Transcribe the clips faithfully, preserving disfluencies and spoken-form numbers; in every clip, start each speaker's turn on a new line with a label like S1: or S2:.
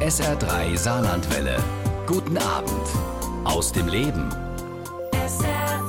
S1: S R drei Saarlandwelle. Guten Abend aus dem Leben.
S2: S R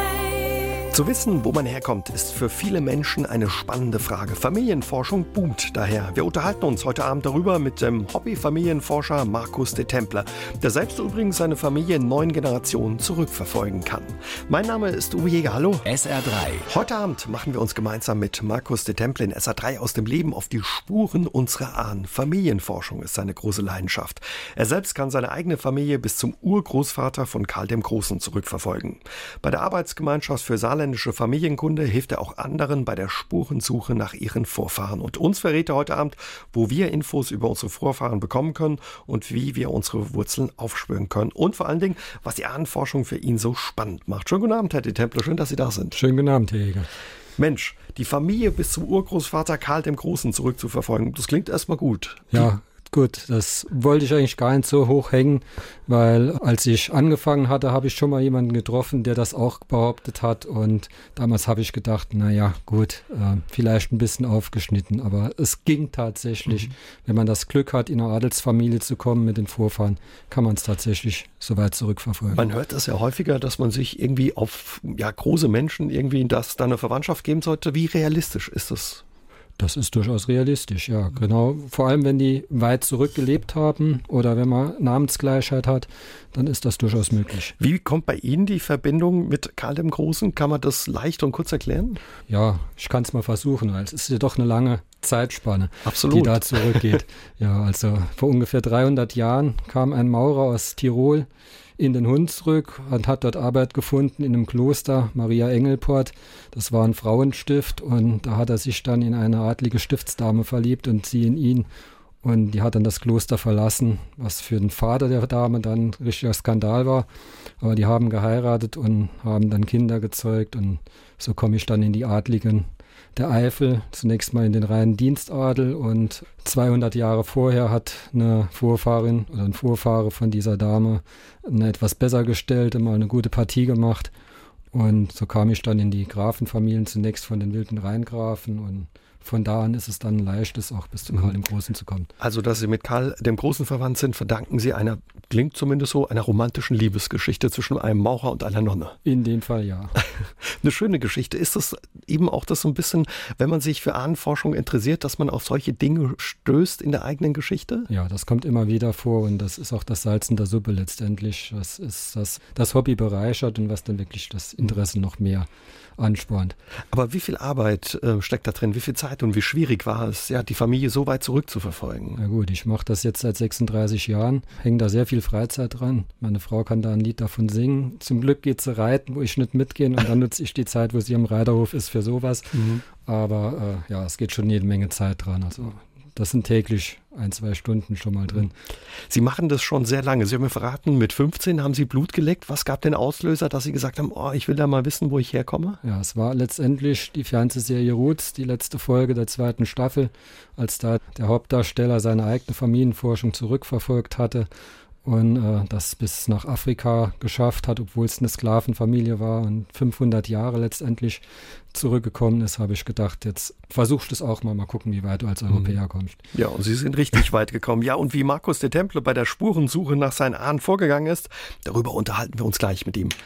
S2: drei.
S3: Zu wissen, wo man herkommt, ist für viele Menschen eine spannende Frage. Familienforschung boomt daher. Wir unterhalten uns heute Abend darüber mit dem Hobby-Familienforscher Markus de Templer, der selbst übrigens seine Familie in neun Generationen zurückverfolgen kann. Mein Name ist Uwe Jäger, hallo.
S1: S R drei.
S3: Heute Abend machen wir uns gemeinsam mit Markus de Templer in S R drei aus dem Leben auf die Spuren unserer Ahnen. Familienforschung ist seine große Leidenschaft. Er selbst kann seine eigene Familie bis zum Urgroßvater von Karl dem Großen zurückverfolgen. Bei der Arbeitsgemeinschaft für saarländische Familienkunde hilft er auch anderen bei der Spurensuche nach ihren Vorfahren. Und uns verrät er heute Abend, wo wir Infos über unsere Vorfahren bekommen können und wie wir unsere Wurzeln aufspüren können. Und vor allen Dingen, was die Ahnenforschung für ihn so spannend macht. Schönen guten Abend, Herr de Templer. Schön, dass Sie da sind.
S4: Schönen guten Abend, Herr Jäger.
S3: Mensch, die Familie bis zum Urgroßvater Karl dem Großen zurückzuverfolgen, das klingt erstmal gut.
S4: Ja, gut, das wollte ich eigentlich gar nicht so hoch hängen, weil als ich angefangen hatte, habe ich schon mal jemanden getroffen, der das auch behauptet hat, und damals habe ich gedacht, naja, gut, äh, vielleicht ein bisschen aufgeschnitten, aber es ging tatsächlich. Mhm. Wenn man das Glück hat, in eine Adelsfamilie zu kommen mit den Vorfahren, kann man es tatsächlich so weit zurückverfolgen.
S3: Man hört das ja häufiger, dass man sich irgendwie auf ja, große Menschen irgendwie, dass da eine Verwandtschaft geben sollte. Wie realistisch ist das?
S4: Das ist durchaus realistisch, ja, genau. Vor allem, wenn die weit zurückgelebt haben oder wenn man Namensgleichheit hat, dann ist das durchaus möglich.
S3: Wie kommt bei Ihnen die Verbindung mit Karl dem Großen? Kann man das leicht und kurz erklären?
S4: Ja, ich kann es mal versuchen, weil es ist ja doch eine lange Zeitspanne,
S3: Absolut.
S4: Die da zurückgeht. Ja, also vor ungefähr dreihundert Jahren kam ein Maurer aus Tirol in den Hunsrück und hat dort Arbeit gefunden in einem Kloster, Maria Engelport. Das war ein Frauenstift, und da hat er sich dann in eine adlige Stiftsdame verliebt und sie in ihn. Und die hat dann das Kloster verlassen, was für den Vater der Dame dann ein richtiger Skandal war. Aber die haben geheiratet und haben dann Kinder gezeugt, und so komme ich dann in die Adligen der Eifel, zunächst mal in den reinen Dienstadel, und zweihundert Jahre vorher hat eine Vorfahrin oder ein Vorfahre von dieser Dame eine etwas besser gestellte, mal eine gute Partie gemacht, und so kam ich dann in die Grafenfamilien, zunächst von den wilden Rheingrafen, und von da an ist es dann leichtes, auch bis zum Karl dem Großen zu kommen.
S3: Also, dass Sie mit Karl dem Großen verwandt sind, verdanken Sie einer, klingt zumindest so, einer romantischen Liebesgeschichte zwischen einem Maurer und einer Nonne.
S4: In dem Fall ja.
S3: Eine schöne Geschichte. Ist das eben auch das so ein bisschen, wenn man sich für Ahnenforschung interessiert, dass man auf solche Dinge stößt in der eigenen Geschichte?
S4: Ja, das kommt immer wieder vor, und das ist auch das Salz in der Suppe letztendlich. Das ist das, das Hobby bereichert und was dann wirklich das Interesse noch mehr anspornt.
S3: Aber wie viel Arbeit äh, steckt da drin? Wie viel Zeit und wie schwierig war es, ja, die Familie so weit zurückzuverfolgen?
S4: Na gut, ich mache das jetzt seit sechsunddreißig Jahren, hänge da sehr viel Freizeit dran. Meine Frau kann da ein Lied davon singen. Zum Glück geht sie reiten, wo ich nicht mitgehe, und dann nutze ich die Zeit, wo sie am Reiterhof ist, für sowas. Mhm. Aber äh, ja, es geht schon jede Menge Zeit dran. Also das sind täglich ein, zwei Stunden schon mal drin.
S3: Sie machen das schon sehr lange. Sie haben mir verraten, mit fünfzehn haben Sie Blut geleckt. Was gab den Auslöser, dass Sie gesagt haben, oh, ich will da mal wissen, wo ich herkomme?
S4: Ja, es war letztendlich die Fernsehserie Roots, die letzte Folge der zweiten Staffel, als da der Hauptdarsteller seine eigene Familienforschung zurückverfolgt hatte und äh, das bis nach Afrika geschafft hat, obwohl es eine Sklavenfamilie war und fünfhundert Jahre letztendlich zurückgekommen ist, habe ich gedacht, jetzt versuchst du es auch mal, mal gucken, wie weit du als Europäer mhm. kommst.
S3: Ja, und Sie sind richtig weit gekommen. Ja, und wie Markus de Templer bei der Spurensuche nach seinen Ahnen vorgegangen ist, darüber unterhalten wir uns gleich mit ihm.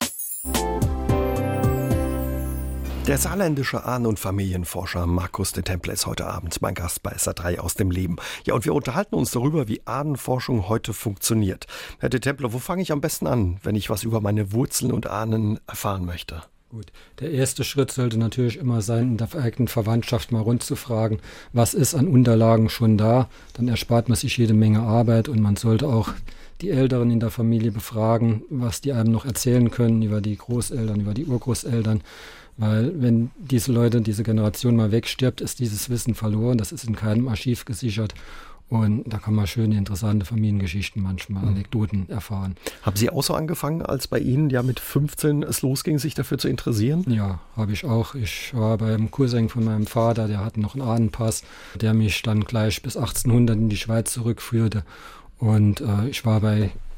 S3: Der saarländische Ahnen- und Familienforscher Markus de Templer ist heute Abend mein Gast bei S R drei aus dem Leben. Ja, und wir unterhalten uns darüber, wie Ahnenforschung heute funktioniert. Herr de Templer, wo fange ich am besten an, wenn ich was über meine Wurzeln und Ahnen erfahren möchte?
S4: Gut, der erste Schritt sollte natürlich immer sein, in der eigenen Verwandtschaft mal rund zu fragen, was ist an Unterlagen schon da. Dann erspart man sich jede Menge Arbeit, und man sollte auch die Älteren in der Familie befragen, was die einem noch erzählen können über die Großeltern, über die Urgroßeltern. Weil wenn diese Leute, diese Generation mal wegstirbt, ist dieses Wissen verloren. Das ist in keinem Archiv gesichert. Und da kann man schöne, interessante Familiengeschichten, manchmal Anekdoten erfahren.
S3: Haben Sie auch so angefangen, als bei Ihnen ja mit fünfzehn es losging, sich dafür zu interessieren?
S4: Ja, habe ich auch. Ich war beim Cousin von meinem Vater, der hatte noch einen Ahnenpass, der mich dann gleich bis achtzehnhundert in die Schweiz zurückführte. Und äh, ich war bei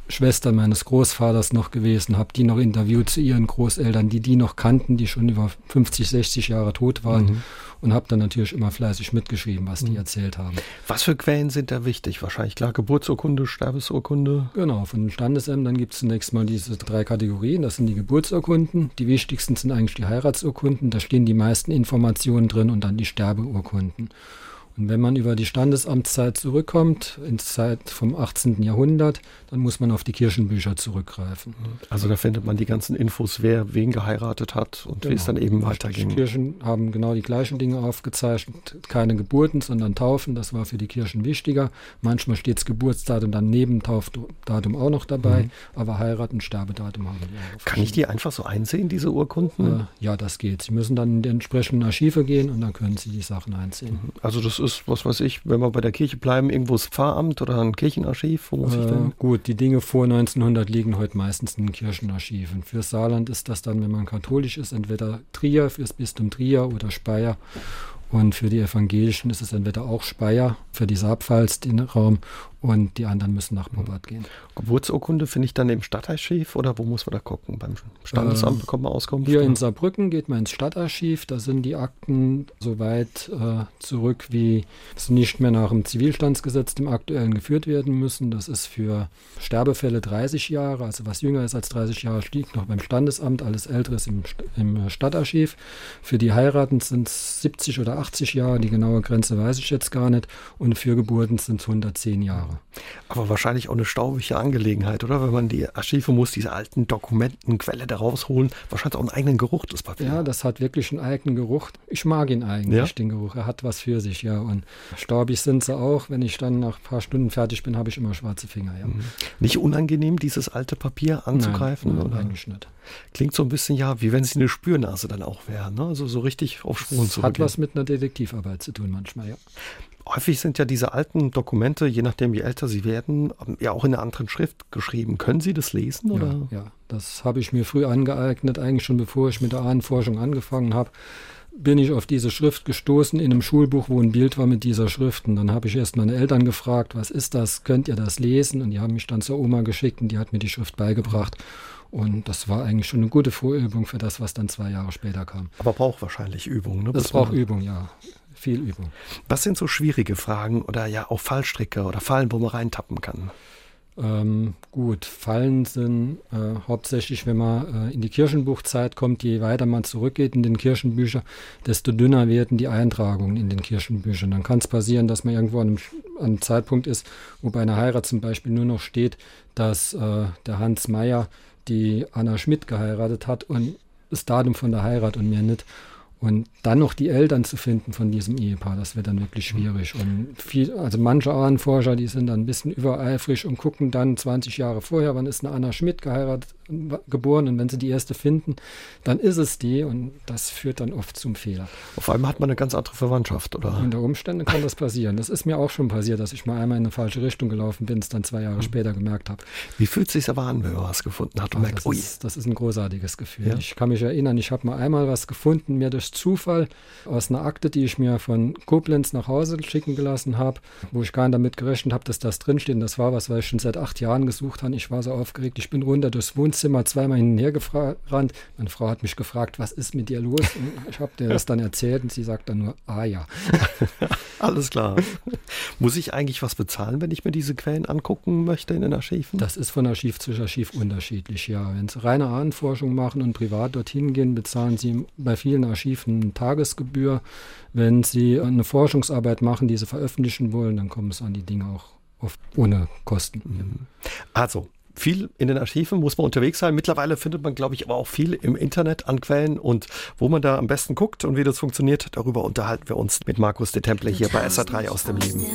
S4: Schwestern meines Großvaters noch gewesen, habe die noch interviewt zu ihren Großeltern, die die noch kannten, die schon über fünfzig, sechzig Jahre tot waren. Mhm. Und habe dann natürlich immer fleißig mitgeschrieben, was die erzählt haben.
S3: Was für Quellen sind da wichtig? Wahrscheinlich klar Geburtsurkunde, Sterbesurkunde?
S4: Genau, von den Standesämtern gibt es zunächst mal diese drei Kategorien. Das sind die Geburtsurkunden. Die wichtigsten sind eigentlich die Heiratsurkunden. Da stehen die meisten Informationen drin und dann die Sterbeurkunden. Und wenn man über die Standesamtszeit zurückkommt, in die Zeit vom achtzehnten Jahrhundert, dann muss man auf die Kirchenbücher zurückgreifen.
S3: Also da findet man die ganzen Infos, wer wen geheiratet hat und genau, wie es dann eben weiterging.
S4: Die Kirchen haben genau die gleichen Dinge aufgezeichnet. Keine Geburten, sondern Taufen. Das war für die Kirchen wichtiger. Manchmal steht das Geburtsdatum dann neben Taufdatum auch noch dabei. Mhm. Aber Heirat und Sterbedatum haben die auch.
S3: Kann ich die einfach so einsehen, diese Urkunden?
S4: Äh, ja, das geht. Sie müssen dann in die entsprechenden Archive gehen und dann können Sie die Sachen einsehen.
S3: Also das ist, was weiß ich, wenn wir bei der Kirche bleiben, irgendwo das Pfarramt oder ein Kirchenarchiv? Wo muss
S4: äh,
S3: ich denn?
S4: Gut, die Dinge vor neunzehnhundert liegen heute meistens in den Kirchenarchiven. Fürs Saarland ist das dann, wenn man katholisch ist, entweder Trier, fürs Bistum Trier oder Speyer. Und für die Evangelischen ist es entweder auch Speyer, für die Saarpfalz den Raum, und die anderen müssen nach Bobbart gehen.
S3: Geburtsurkunde finde ich dann im Stadtarchiv oder wo muss man da gucken? Beim Standesamt bekommt man Auskunft?
S4: Hier in Saarbrücken geht man ins Stadtarchiv, da sind die Akten so weit äh, zurück, wie es nicht mehr nach dem Zivilstandsgesetz, dem aktuellen, geführt werden müssen. Das ist für Sterbefälle dreißig Jahre, also was jünger ist als dreißig Jahre, liegt noch beim Standesamt, alles Ältere ist im, im Stadtarchiv. Für die Heiraten sind es siebzig oder achtzig Jahre, die genaue Grenze weiß ich jetzt gar nicht, und für Geburten sind es hundertzehn Jahre.
S3: Aber wahrscheinlich auch eine staubige Angelegenheit, oder? Wenn man die Archive muss, diese alten Dokumentenquelle da rausholen, wahrscheinlich auch einen eigenen Geruch, das Papier.
S4: Ja, das hat wirklich einen eigenen Geruch. Ich mag ihn eigentlich, ja? Den Geruch. Er hat was für sich, ja. Und staubig sind sie auch. Wenn ich dann nach ein paar Stunden fertig bin, habe ich immer schwarze Finger, ja.
S3: Nicht unangenehm, dieses alte Papier anzugreifen?
S4: Nein,
S3: oder?
S4: eigentlich nicht.
S3: Klingt so ein bisschen, ja, wie wenn sie eine Spürnase dann auch wäre, ne? Also so richtig auf Spuren zurückgehen.
S4: Hat was mit einer Detektivarbeit zu tun manchmal, ja.
S3: Häufig sind ja diese alten Dokumente, je nachdem wie älter sie werden, ja auch in einer anderen Schrift geschrieben. Können Sie das lesen? Oder?
S4: Ja, ja, das habe ich mir früh angeeignet, eigentlich schon bevor ich mit der Ahnenforschung angefangen habe. Bin ich auf diese Schrift gestoßen in einem Schulbuch, wo ein Bild war mit dieser Schrift. Und dann habe ich erst meine Eltern gefragt, was ist das, könnt ihr das lesen? Und die haben mich dann zur Oma geschickt und die hat mir die Schrift beigebracht. Und das war eigentlich schon eine gute Vorübung für das, was dann zwei Jahre später kam.
S3: Aber braucht wahrscheinlich Übung, ne?
S4: Das braucht Übung, ja. Viel Übung.
S3: Was sind so schwierige Fragen oder ja auch Fallstricke oder Fallen, wo man reintappen kann?
S4: Ähm, gut, Fallen sind äh, hauptsächlich, wenn man äh, in die Kirchenbuchzeit kommt, je weiter man zurückgeht in den Kirchenbüchern, desto dünner werden die Eintragungen in den Kirchenbüchern. Dann kann es passieren, dass man irgendwo an einem, an einem Zeitpunkt ist, wo bei einer Heirat zum Beispiel nur noch steht, dass äh, der Hans Meyer die Anna Schmidt geheiratet hat und das Datum von der Heirat und mehr nicht. Und dann noch die Eltern zu finden von diesem Ehepaar, das wird dann wirklich schwierig. Und viel, also manche Ahnenforscher, die sind dann ein bisschen übereifrig und gucken dann zwanzig Jahre vorher, wann ist eine Anna Schmidt geheiratet, geboren, und wenn sie die erste finden, dann ist es die, und das führt dann oft zum Fehler.
S3: Auf einmal hat man eine ganz andere Verwandtschaft, oder?
S4: Unter Umständen kann das passieren. Das ist mir auch schon passiert, dass ich mal einmal in eine falsche Richtung gelaufen bin, es dann zwei Jahre mhm. später gemerkt habe.
S3: Wie fühlt es sich aber an, wenn man was gefunden hat und
S4: Ach,
S3: merkt,
S4: das,
S3: ui.
S4: ist, das ist ein großartiges Gefühl.
S3: Ja?
S4: Ich kann mich erinnern, ich habe mal einmal was gefunden, mir durch Zufall aus einer Akte, die ich mir von Koblenz nach Hause schicken gelassen habe, wo ich gar nicht damit gerechnet habe, dass das drinsteht. Und das war was, weil ich schon seit acht Jahren gesucht habe. Ich war so aufgeregt. Ich bin runter durchs Wohnzimmer, zweimal hinher gerannt. Meine Frau hat mich gefragt, was ist mit dir los? Und ich habe dir das dann erzählt und sie sagt dann nur, ah ja.
S3: Alles klar. Muss ich eigentlich was bezahlen, wenn ich mir diese Quellen angucken möchte in den Archiven?
S4: Das ist von Archiv zu Archiv unterschiedlich, ja. Wenn Sie reine Ahnenforschung machen und privat dorthin gehen, bezahlen Sie bei vielen Archiven eine Tagesgebühr. Wenn Sie eine Forschungsarbeit machen, die Sie veröffentlichen wollen, dann kommen es an die Dinge auch oft ohne Kosten.
S3: Also, viel in den Archiven muss man unterwegs sein. Mittlerweile findet man, glaube ich, aber auch viel im Internet an Quellen, und wo man da am besten guckt und wie das funktioniert, darüber unterhalten wir uns mit Markus de Temple hier bei S R drei aus dem Leben.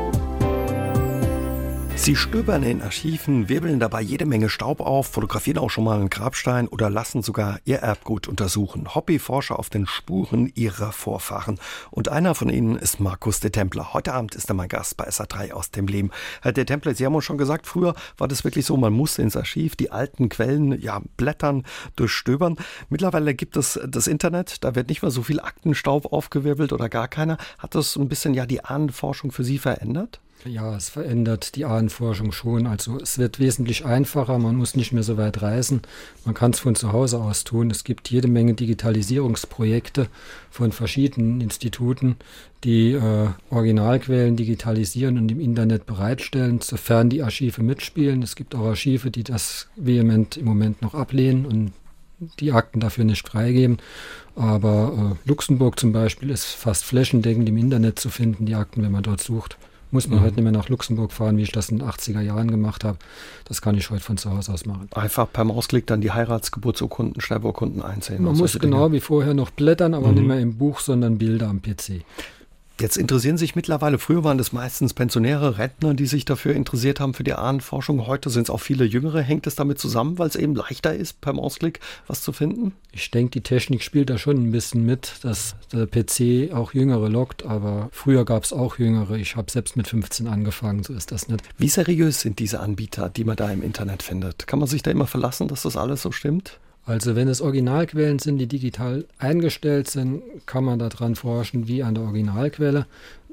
S3: Sie stöbern in Archiven, wirbeln dabei jede Menge Staub auf, fotografieren auch schon mal einen Grabstein oder lassen sogar ihr Erbgut untersuchen. Hobbyforscher auf den Spuren ihrer Vorfahren. Und einer von ihnen ist Markus de Temple. Heute Abend ist er mein Gast bei S R drei aus dem Leben. Herr de Temple, Sie haben uns schon gesagt, früher war das wirklich so, man musste ins Archiv, die alten Quellen, ja, blättern, durchstöbern. Mittlerweile gibt es das Internet, da wird nicht mehr so viel Aktenstaub aufgewirbelt oder gar keiner. Hat das ein bisschen ja die Ahnenforschung für Sie verändert?
S4: Ja, es verändert die Ahnenforschung schon. Also es wird wesentlich einfacher, man muss nicht mehr so weit reisen. Man kann es von zu Hause aus tun. Es gibt jede Menge Digitalisierungsprojekte von verschiedenen Instituten, die äh, Originalquellen digitalisieren und im Internet bereitstellen, sofern die Archive mitspielen. Es gibt auch Archive, die das vehement im Moment noch ablehnen und die Akten dafür nicht freigeben. Aber äh, Luxemburg zum Beispiel ist fast flächendeckend im Internet zu finden, die Akten, wenn man dort sucht. Muss man mhm. heute nicht mehr nach Luxemburg fahren, wie ich das in den achtziger Jahren gemacht habe. Das kann ich heute von zu Hause aus machen.
S3: Einfach per Mausklick dann die Heirats-, Geburtsurkunden, Sterbeurkunden einsehen.
S4: Man muss genau
S3: Dinge.
S4: wie vorher noch blättern, aber mhm. nicht mehr im Buch, sondern Bilder am P C.
S3: Jetzt interessieren sich mittlerweile, früher waren das meistens Pensionäre, Rentner, die sich dafür interessiert haben für die Ahnenforschung. Heute sind es auch viele Jüngere. Hängt es damit zusammen, weil es eben leichter ist, per Mausklick was zu finden?
S4: Ich denke, die Technik spielt da schon ein bisschen mit, dass der P C auch Jüngere lockt, aber früher gab es auch Jüngere. Ich habe selbst mit fünfzehn angefangen, so ist das nicht.
S3: Wie seriös sind diese Anbieter, die man da im Internet findet? Kann man sich da immer verlassen, dass das alles so stimmt?
S4: Also wenn es Originalquellen sind, die digital eingestellt sind, kann man daran forschen wie an der Originalquelle.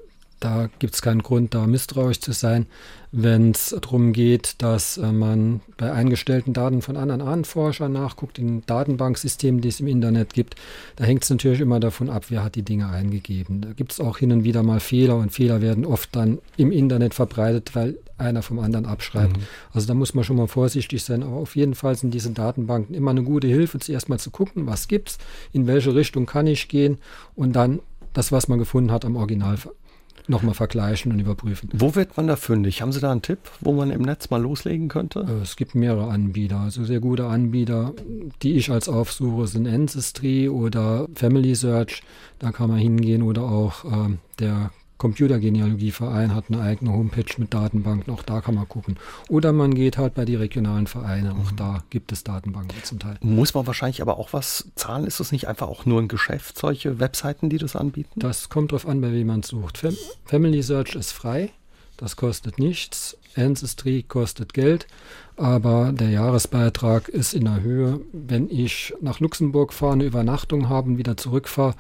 S4: Da gibt es keinen Grund, da misstrauisch zu sein. Wenn es darum geht, dass äh, man bei eingestellten Daten von anderen Ahnenforschern nachguckt, in Datenbanksystemen, die es im Internet gibt, da hängt es natürlich immer davon ab, wer hat die Dinge eingegeben. Da gibt es auch hin und wieder mal Fehler und Fehler werden oft dann im Internet verbreitet, weil einer vom anderen abschreibt. Mhm. Also da muss man schon mal vorsichtig sein. Aber auf jeden Fall sind diese Datenbanken immer eine gute Hilfe, zuerst mal zu gucken, was gibt's, in welche Richtung kann ich gehen und dann das, was man gefunden hat, am Original nochmal vergleichen und überprüfen.
S3: Wo wird man da fündig? Haben Sie da einen Tipp, wo man im Netz mal loslegen könnte?
S4: Es gibt mehrere Anbieter, also sehr gute Anbieter, die ich als aufsuche, sind Ancestry oder Family Search. Da kann man hingehen oder auch äh, der Computergenealogieverein hat eine eigene Homepage mit Datenbanken, auch da kann man gucken. Oder man geht halt bei die regionalen Vereine, auch mhm. da gibt es Datenbanken zum Teil.
S3: Muss man wahrscheinlich aber auch was zahlen? Ist das nicht einfach auch nur ein Geschäft, solche Webseiten, die das anbieten?
S4: Das kommt drauf an, bei wem man sucht. Fam- Family Search ist frei, das kostet nichts. Ancestry kostet Geld, aber der Jahresbeitrag ist in der Höhe. Wenn ich nach Luxemburg fahre, eine Übernachtung habe und wieder zurückfahre,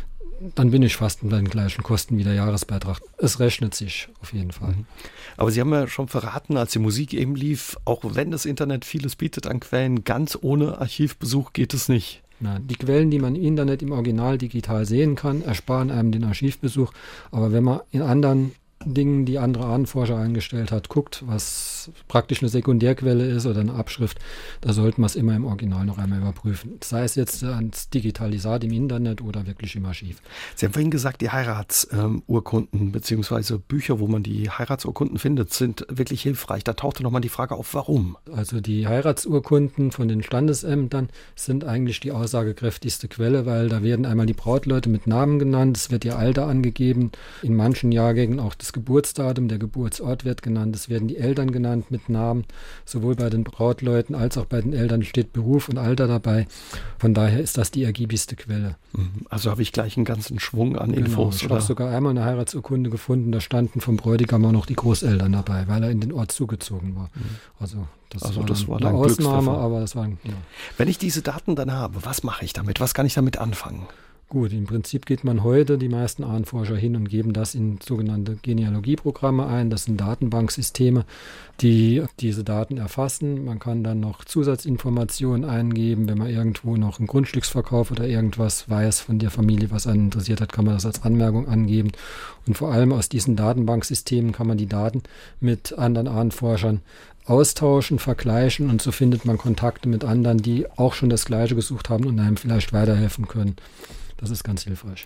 S4: dann bin ich fast mit den gleichen Kosten wie der Jahresbeitrag. Es rechnet sich auf jeden Fall.
S3: Aber Sie haben ja schon verraten, als die Musik eben lief, auch wenn das Internet vieles bietet an Quellen, ganz ohne Archivbesuch geht es nicht.
S4: Nein, die Quellen, die man im Internet im Original digital sehen kann, ersparen einem den Archivbesuch. Aber wenn man in anderen Dingen, die andere Ahnenforscher eingestellt hat, guckt, was praktisch eine Sekundärquelle ist oder eine Abschrift, da sollte man es immer im Original noch einmal überprüfen. Sei es jetzt ans Digitalisat im Internet oder wirklich im Archiv.
S3: Sie haben vorhin gesagt, die Heiratsurkunden ähm, bzw. Bücher, wo man die Heiratsurkunden findet, sind wirklich hilfreich. Da tauchte nochmal die Frage auf, warum?
S4: Also die Heiratsurkunden von den Standesämtern sind eigentlich die aussagekräftigste Quelle, weil da werden einmal die Brautleute mit Namen genannt, es wird ihr Alter angegeben, in manchen Jahrgängen auch das Geburtsdatum, der Geburtsort wird genannt, es werden die Eltern genannt mit Namen, sowohl bei den Brautleuten als auch bei den Eltern steht Beruf und Alter dabei. Von daher ist das die ergiebigste Quelle.
S3: Also habe ich gleich einen ganzen Schwung an
S4: genau,
S3: Infos.
S4: Ich habe sogar einmal eine Heiratsurkunde gefunden, da standen vom Bräutigam auch noch die Großeltern dabei, weil er in den Ort zugezogen war. Also das
S3: also
S4: war,
S3: das war
S4: eine
S3: ein
S4: Ausnahme, aber das war... Ja.
S3: Wenn ich diese Daten dann habe, was mache ich damit? Was kann ich damit anfangen?
S4: Gut, im Prinzip geht man heute, die meisten Ahnenforscher, hin und geben das in sogenannte Genealogieprogramme ein. Das sind Datenbanksysteme, die diese Daten erfassen. Man kann dann noch Zusatzinformationen eingeben. Wenn man irgendwo noch einen Grundstücksverkauf oder irgendwas weiß von der Familie, was einen interessiert hat, kann man das als Anmerkung angeben. Und vor allem aus diesen Datenbanksystemen kann man die Daten mit anderen Ahnenforschern austauschen, vergleichen und so findet man Kontakte mit anderen, die auch schon das Gleiche gesucht haben und einem vielleicht weiterhelfen können. Das ist ganz hilfreich.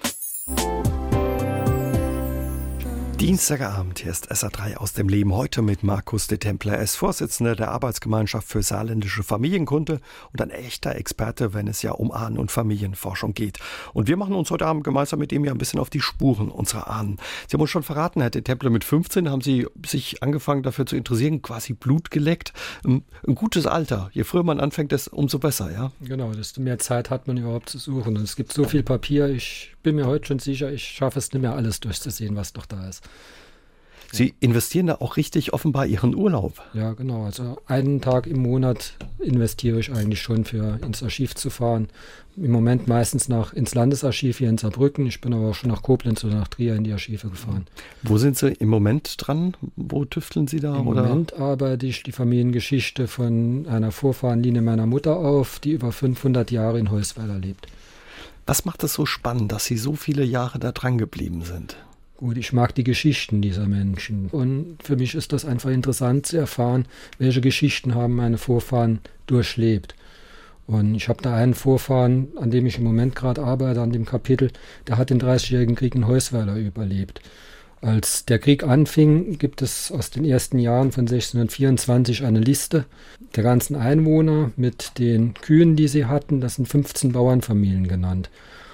S3: Dienstagabend, hier ist S R drei aus dem Leben. Heute mit Markus de Templer. Er ist Vorsitzender der Arbeitsgemeinschaft für saarländische Familienkunde und ein echter Experte, wenn es ja um Ahnen- und Familienforschung geht. Und wir machen uns heute Abend gemeinsam mit ihm ja ein bisschen auf die Spuren unserer Ahnen. Sie haben uns schon verraten, Herr de Templer, mit fünfzehn haben Sie sich angefangen dafür zu interessieren, quasi Blut geleckt. Ein gutes Alter. Je früher man anfängt, desto umso besser, ja?
S4: Genau, desto mehr Zeit hat man überhaupt zu suchen. Und es gibt so viel Papier, ich bin mir heute schon sicher, ich schaffe es nicht mehr alles durchzusehen, was noch da ist.
S3: Sie investieren da auch richtig offenbar Ihren Urlaub.
S4: Ja, genau. Also einen Tag im Monat investiere ich eigentlich schon für ins Archiv zu fahren. Im Moment meistens nach ins Landesarchiv hier in Saarbrücken. Ich bin aber auch schon nach Koblenz oder nach Trier in die Archive gefahren.
S3: Wo sind Sie im Moment dran? Wo tüfteln Sie da?
S4: Im
S3: oder?
S4: Moment arbeite ich die Familiengeschichte von einer Vorfahrenlinie meiner Mutter auf, die über fünfhundert Jahre in Heusweiler lebt.
S3: Was macht es so spannend, dass Sie so viele Jahre da dran geblieben sind?
S4: Gut, ich mag die Geschichten dieser Menschen. Und für mich ist das einfach interessant zu erfahren, welche Geschichten haben meine Vorfahren durchlebt. Und ich habe da einen Vorfahren, an dem ich im Moment gerade arbeite, an dem Kapitel, der hat den dreißigjährigen Krieg in Heusweiler überlebt. Als der Krieg anfing, gibt es aus den ersten Jahren von sechzehnhundertvierundzwanzig eine Liste der ganzen Einwohner mit den Kühen, die sie hatten. Das sind fünfzehn Bauernfamilien genannt.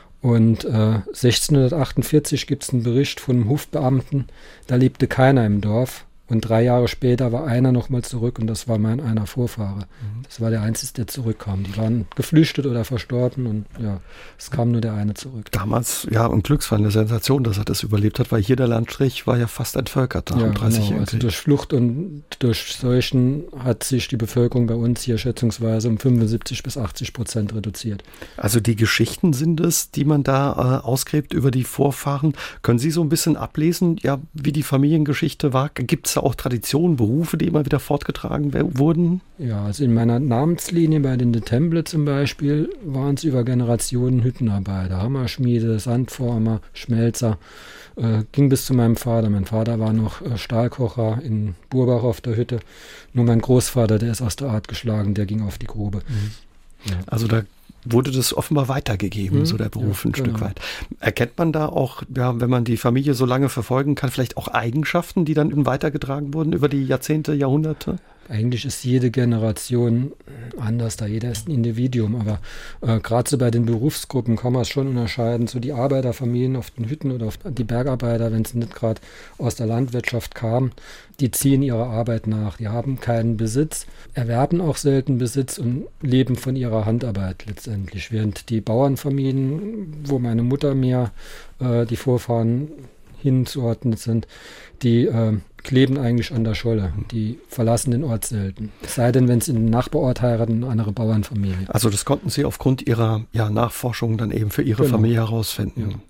S4: Und äh, sechzehnhundertachtundvierzig gibt es einen Bericht von einem Hofbeamten, da lebte keiner im Dorf. Und drei Jahre später war einer nochmal zurück und das war mein einer Vorfahre. Mhm. Das war der Einzige, der zurückkam. Die waren geflüchtet oder verstorben und ja, es kam nur der eine zurück.
S3: Damals, ja, ein Glücksfall, eine Sensation, dass er das überlebt hat, weil hier der Landstrich war ja fast entvölkert nach
S4: ja,
S3: dem dreißigjährigen
S4: genau. Also durch Flucht und durch Seuchen hat sich die Bevölkerung bei uns hier schätzungsweise um fünfundsiebzig bis achtzig Prozent reduziert.
S3: Also die Geschichten sind es, die man da äh, ausgräbt über die Vorfahren. Können Sie so ein bisschen ablesen, ja, wie die Familiengeschichte war? Gibt es da auch Traditionen, Berufe, die immer wieder fortgetragen wurden?
S4: Ja, also in meiner Namenslinie bei den De Temple zum Beispiel waren es über Generationen Hüttenarbeiter, Hammerschmiede, Sandformer, Schmelzer, äh, ging bis zu meinem Vater. Mein Vater war noch äh, Stahlkocher in Burbach auf der Hütte. Nur mein Großvater, der ist aus der Art geschlagen, der ging auf die Grube. Mhm. Ja.
S3: Also da wurde das offenbar weitergegeben, mhm. so der Beruf ja, ein genau. Stück weit. Erkennt man da auch, ja, wenn man die Familie so lange verfolgen kann, vielleicht auch Eigenschaften, die dann weitergetragen wurden über die Jahrzehnte, Jahrhunderte?
S4: Eigentlich ist jede Generation anders, da jeder ist ein Individuum, aber äh, gerade so bei den Berufsgruppen kann man es schon unterscheiden, so die Arbeiterfamilien auf den Hütten oder auf die Bergarbeiter, wenn sie nicht gerade aus der Landwirtschaft kamen, die ziehen ihrer Arbeit nach, die haben keinen Besitz, erwerben auch selten Besitz und leben von ihrer Handarbeit letztendlich, während die Bauernfamilien, wo meine Mutter mir äh, die Vorfahren hinzuordnen sind, die äh, kleben eigentlich an der Scholle. Die verlassen den Ort selten. Es sei denn, wenn sie in den Nachbarort heiraten, eine andere Bauernfamilie.
S3: Also das konnten Sie aufgrund Ihrer ja, Nachforschung dann eben für Ihre genau. Familie herausfinden. Ja.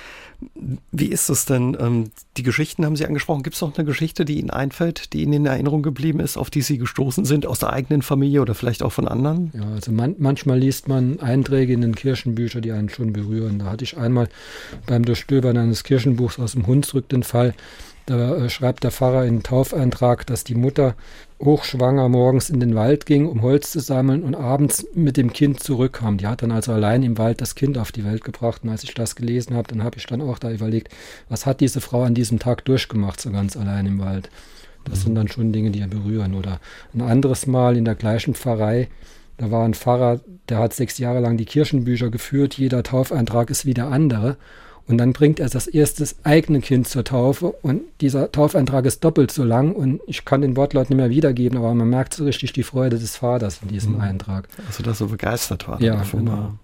S3: Wie ist es denn? Ähm, die Geschichten haben Sie angesprochen. Gibt es noch eine Geschichte, die Ihnen einfällt, die Ihnen in Erinnerung geblieben ist, auf die Sie gestoßen sind, aus der eigenen Familie oder vielleicht auch von anderen?
S4: Ja, also man, manchmal liest man Einträge in den Kirchenbüchern, die einen schon berühren. Da hatte ich einmal beim Durchstöbern eines Kirchenbuchs aus dem Hunsrück den Fall, da äh, schreibt der Pfarrer in den Taufeintrag, dass die Mutter hochschwanger morgens in den Wald ging, um Holz zu sammeln und abends mit dem Kind zurückkam. Die hat dann also allein im Wald das Kind auf die Welt gebracht. Und als ich das gelesen habe, dann habe ich dann auch da überlegt, was hat diese Frau an diesem Tag durchgemacht, so ganz allein im Wald. Das mhm. sind dann schon Dinge, die er berühren. Oder ein anderes Mal in der gleichen Pfarrei, da war ein Pfarrer, der hat sechs Jahre lang die Kirchenbücher geführt. Jeder Taufeintrag ist wie der andere. Und dann bringt er das erste eigene Kind zur Taufe und dieser Taufeintrag ist doppelt so lang und ich kann den Wortlaut nicht mehr wiedergeben, aber man merkt so richtig die Freude des Vaters in diesem mhm. Eintrag.
S3: Also, dass er so begeistert war.
S4: Ja, genau.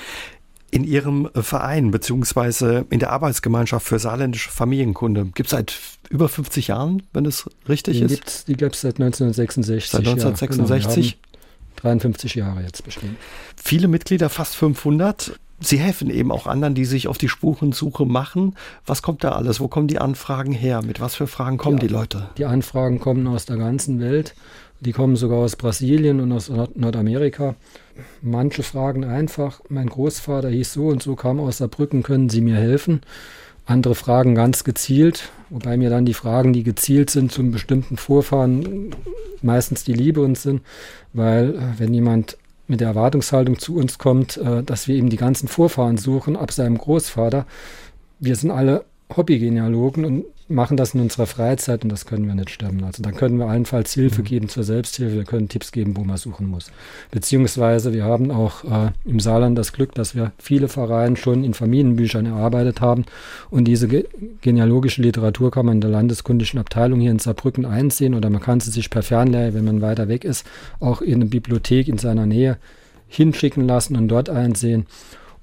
S3: In Ihrem Verein beziehungsweise in der Arbeitsgemeinschaft für saarländische Familienkunde gibt es seit über fünfzig Jahren, wenn es richtig
S4: die
S3: ist?
S4: Gibt's, die gibt es seit neunzehnhundertsechsundsechzig.
S3: Seit neunzehnhundertsechsundsechzig?
S4: Ja, genau. dreiundfünfzig Jahre jetzt bestehen.
S3: Viele Mitglieder, fast fünfhundert. Sie helfen eben auch anderen, die sich auf die Spurensuche machen. Was kommt da alles? Wo kommen die Anfragen her? Mit was für Fragen kommen die, die Leute?
S4: Die Anfragen kommen aus der ganzen Welt. Die kommen sogar aus Brasilien und aus Nord- Nordamerika. Manche fragen einfach, mein Großvater hieß so und so, kam aus Saarbrücken, können Sie mir helfen? Andere fragen ganz gezielt, wobei mir dann die Fragen, die gezielt sind zum bestimmten Vorfahren, meistens die Liebe uns sind, weil wenn jemand mit der Erwartungshaltung zu uns kommt, äh, dass wir eben die ganzen Vorfahren suchen ab seinem Großvater. Wir sind alle Hobbygenealogen und machen das in unserer Freizeit und das können wir nicht stemmen. Also dann können wir allenfalls Hilfe geben zur Selbsthilfe, wir können Tipps geben, wo man suchen muss. Beziehungsweise wir haben auch äh, im Saarland das Glück, dass wir viele Vereine schon in Familienbüchern erarbeitet haben und diese ge- genealogische Literatur kann man in der landeskundlichen Abteilung hier in Saarbrücken einsehen oder man kann sie sich per Fernleihe, wenn man weiter weg ist, auch in eine Bibliothek in seiner Nähe hinschicken lassen und dort einsehen.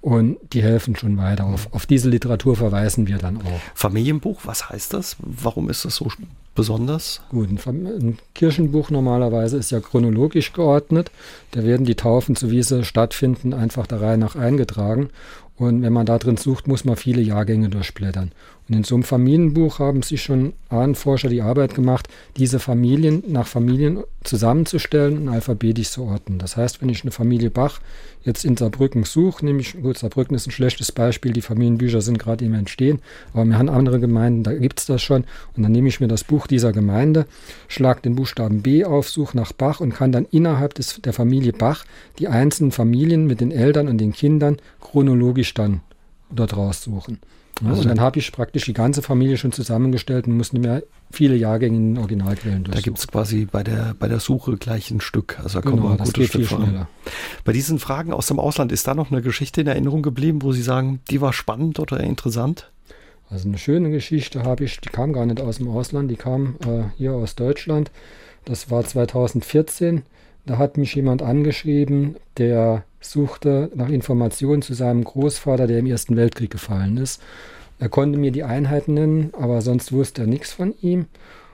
S4: Und die helfen schon weiter. Auf, auf diese Literatur verweisen wir dann auch.
S3: Familienbuch, was heißt das? Warum ist das so besonders?
S4: Gut, ein, ein Kirchenbuch normalerweise ist ja chronologisch geordnet. Da werden die Taufen, so wie sie stattfinden, einfach der Reihe nach eingetragen. Und wenn man da drin sucht, muss man viele Jahrgänge durchblättern. Und in so einem Familienbuch haben sich schon Ahnenforscher die Arbeit gemacht, diese Familien nach Familien zusammenzustellen und alphabetisch zu ordnen. Das heißt, wenn ich eine Familie Bach jetzt in Saarbrücken suche, nämlich, gut, Saarbrücken ist ein schlechtes Beispiel, die Familienbücher sind gerade im Entstehen, aber wir haben andere Gemeinden, da gibt es das schon. Und dann nehme ich mir das Buch dieser Gemeinde, schlage den Buchstaben B auf, suche nach Bach und kann dann innerhalb des, der Familie Bach die einzelnen Familien mit den Eltern und den Kindern chronologisch dann dort raussuchen. Ja, also und dann habe ich praktisch die ganze Familie schon zusammengestellt und muss nicht mehr viele Jahrgänge in den Originalquellen durchsuchen.
S3: Da gibt es quasi bei der, bei der Suche gleich ein Stück. Also da
S4: genau,
S3: kommen wir ein
S4: das
S3: gutes
S4: geht
S3: Stück
S4: viel
S3: voran.
S4: schneller.
S3: Bei diesen Fragen aus dem Ausland, ist da noch eine Geschichte in Erinnerung geblieben, wo Sie sagen, die war spannend oder interessant?
S4: Also eine schöne Geschichte habe ich, die kam gar nicht aus dem Ausland, die kam äh, hier aus Deutschland. Das war zweitausendvierzehn. Da hat mich jemand angeschrieben, der suchte nach Informationen zu seinem Großvater, der im Ersten Weltkrieg gefallen ist. Er konnte mir die Einheiten nennen, aber sonst wusste er nichts von ihm.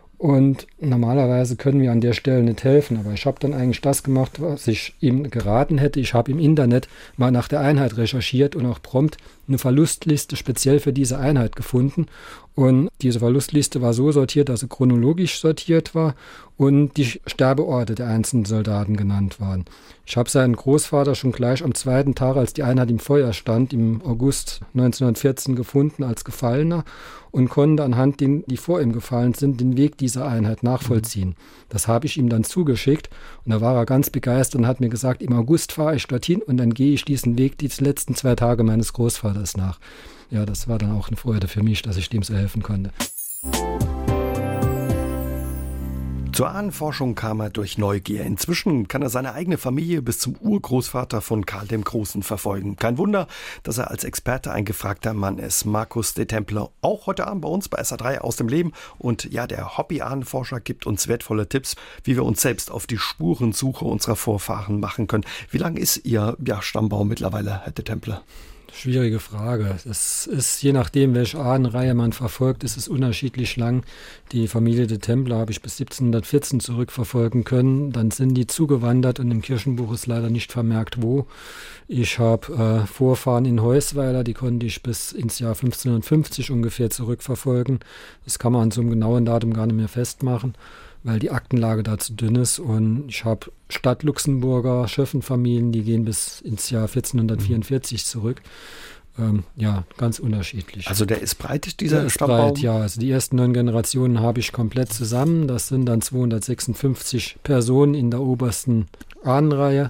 S4: Und normalerweise können wir an der Stelle nicht helfen. Aber ich habe dann eigentlich das gemacht, was ich ihm geraten hätte. Ich habe im Internet mal nach der Einheit recherchiert und auch prompt eine Verlustliste speziell für diese Einheit gefunden. Und diese Verlustliste war so sortiert, dass sie chronologisch sortiert war und die Sterbeorte der einzelnen Soldaten genannt waren. Ich habe seinen Großvater schon gleich am zweiten Tag, als die Einheit im Feuer stand, im August neunzehnhundertvierzehn gefunden als Gefallener und konnte anhand den, die vor ihm gefallen sind, den Weg dieser Einheit nachvollziehen. Das habe ich ihm dann zugeschickt und da war er ganz begeistert und hat mir gesagt, im August fahre ich dorthin und dann gehe ich diesen Weg die letzten zwei Tage meines Großvaters nach. Ja, das war dann auch eine Freude für mich, dass ich dem so helfen konnte.
S3: Zur Ahnenforschung kam er durch Neugier. Inzwischen kann er seine eigene Familie bis zum Urgroßvater von Karl dem Großen verfolgen. Kein Wunder, dass er als Experte ein gefragter Mann ist. Markus de Templer, auch heute Abend bei uns bei S R drei aus dem Leben. Und ja, der Hobby-Ahnenforscher gibt uns wertvolle Tipps, wie wir uns selbst auf die Spurensuche unserer Vorfahren machen können. Wie lang ist Ihr ja, Stammbaum mittlerweile, Herr de Templer?
S4: Schwierige Frage. Es ist, je nachdem, welche Ahnenreihe man verfolgt, ist es unterschiedlich lang. Die Familie de Templer habe ich bis siebzehnhundertvierzehn zurückverfolgen können. Dann sind die zugewandert und im Kirchenbuch ist leider nicht vermerkt, wo. Ich habe äh, Vorfahren in Heusweiler, die konnte ich bis ins Jahr fünfzehnhundertfünfzig ungefähr zurückverfolgen. Das kann man an so einem genauen Datum gar nicht mehr festmachen, weil die Aktenlage da zu dünn ist. Und ich habe Stadtluxemburger Schöffenfamilien, die gehen bis ins Jahr vierzehnhundertvierundvierzig zurück. Ähm, ja, ganz unterschiedlich.
S3: Also der ist breit, dieser
S4: der ist
S3: Stammbaum?
S4: breit, ja. Also die ersten neun Generationen habe ich komplett zusammen. Das sind dann zweihundertsechsundfünfzig Personen in der obersten Ahnenreihe.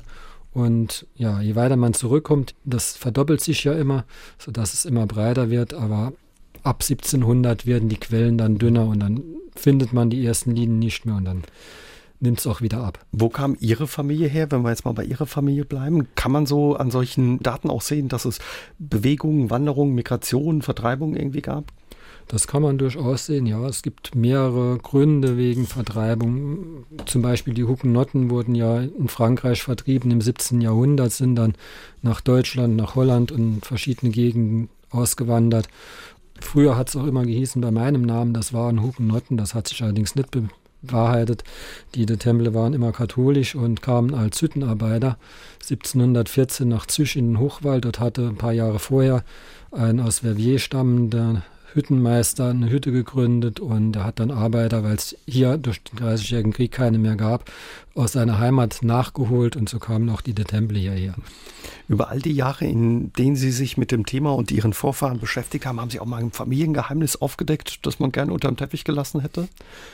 S4: Und ja, je weiter man zurückkommt, das verdoppelt sich ja immer, sodass es immer breiter wird, aber ab siebzehnhundert werden die Quellen dann dünner und dann findet man die ersten Linien nicht mehr und dann nimmt es auch wieder ab.
S3: Wo kam Ihre Familie her, wenn wir jetzt mal bei Ihrer Familie bleiben? Kann man so an solchen Daten auch sehen, dass es Bewegungen, Wanderungen, Migrationen, Vertreibungen irgendwie gab?
S4: Das kann man durchaus sehen, ja. Es gibt mehrere Gründe wegen Vertreibung. Zum Beispiel die Hugenotten wurden ja in Frankreich vertrieben im siebzehnten Jahrhundert, sind dann nach Deutschland, nach Holland und verschiedene Gegenden ausgewandert. Früher hat es auch immer gehießen, bei meinem Namen, das waren Hugenotten, das hat sich allerdings nicht bewahrheitet. Die de Templer waren immer katholisch und kamen als Hüttenarbeiter siebzehnhundertvierzehn nach Züsch in den Hochwald. Dort hatte ein paar Jahre vorher ein aus Verviers stammender Hüttenmeister eine Hütte gegründet und er hat dann Arbeiter, weil es hier durch den Dreißigjährigen Krieg keine mehr gab, aus seiner Heimat nachgeholt und so kamen auch die de Templer hierher.
S3: Über all die Jahre, in denen Sie sich mit dem Thema und Ihren Vorfahren beschäftigt haben, haben Sie auch mal ein Familiengeheimnis aufgedeckt, das man gerne unterm Teppich gelassen hätte?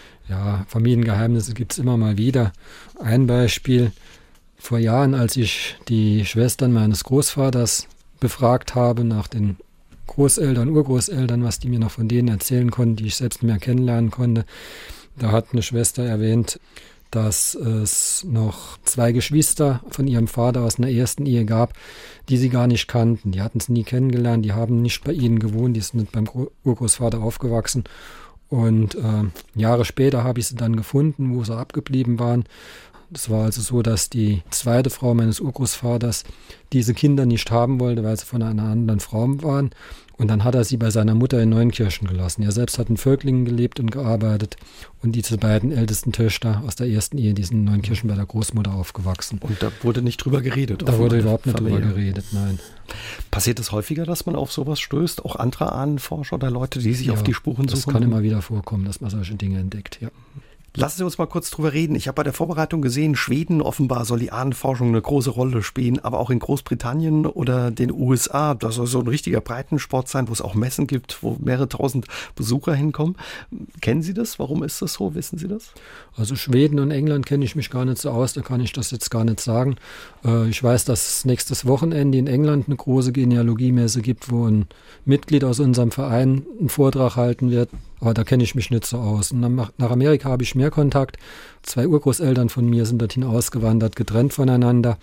S4: Ja, Familiengeheimnisse gibt es immer mal wieder. Ein Beispiel, vor Jahren, als ich die Schwestern meines Großvaters befragt habe nach den Großeltern, Urgroßeltern, was die mir noch von denen erzählen konnten, die ich selbst nicht mehr kennenlernen konnte. Da hat eine Schwester erwähnt, dass es noch zwei Geschwister von ihrem Vater aus einer ersten Ehe gab, die sie gar nicht kannten. Die hatten es nie kennengelernt, die haben nicht bei ihnen gewohnt, die sind beim Urgroßvater aufgewachsen. Und äh, Jahre später habe ich sie dann gefunden, wo sie abgeblieben waren. Das war also so, dass die zweite Frau meines Urgroßvaters diese Kinder nicht haben wollte, weil sie von einer anderen Frau waren. Und dann hat er sie bei seiner Mutter in Neunkirchen gelassen. Er selbst hat in Völklingen gelebt und gearbeitet. Und diese beiden ältesten Töchter aus der ersten Ehe, die sind in Neunkirchen bei der Großmutter aufgewachsen.
S3: Und da wurde nicht drüber geredet?
S4: Da wurde überhaupt nicht Familie. drüber geredet, nein.
S3: Passiert es häufiger, dass man auf sowas stößt? Auch andere Ahnenforscher oder Leute, die sich ja, auf die Spuren suchen?
S4: Das kann immer wieder vorkommen, dass man solche Dinge entdeckt, ja.
S3: Lassen Sie uns mal kurz drüber reden. Ich habe bei der Vorbereitung gesehen, Schweden offenbar soll die Ahnenforschung eine große Rolle spielen, aber auch in Großbritannien oder den U S A. Das soll so ein richtiger Breitensport sein, wo es auch Messen gibt, wo mehrere tausend Besucher hinkommen. Kennen Sie das? Warum ist das so? Wissen Sie das?
S4: Also Schweden und England kenne ich mich gar nicht so aus, da kann ich das jetzt gar nicht sagen. Ich weiß, dass es nächstes Wochenende in England eine große Genealogiemesse gibt, wo ein Mitglied aus unserem Verein einen Vortrag halten wird. Aber da kenne ich mich nicht so aus. Und nach Amerika habe ich mehr Kontakt. Zwei Urgroßeltern von mir sind dorthin ausgewandert, getrennt voneinander.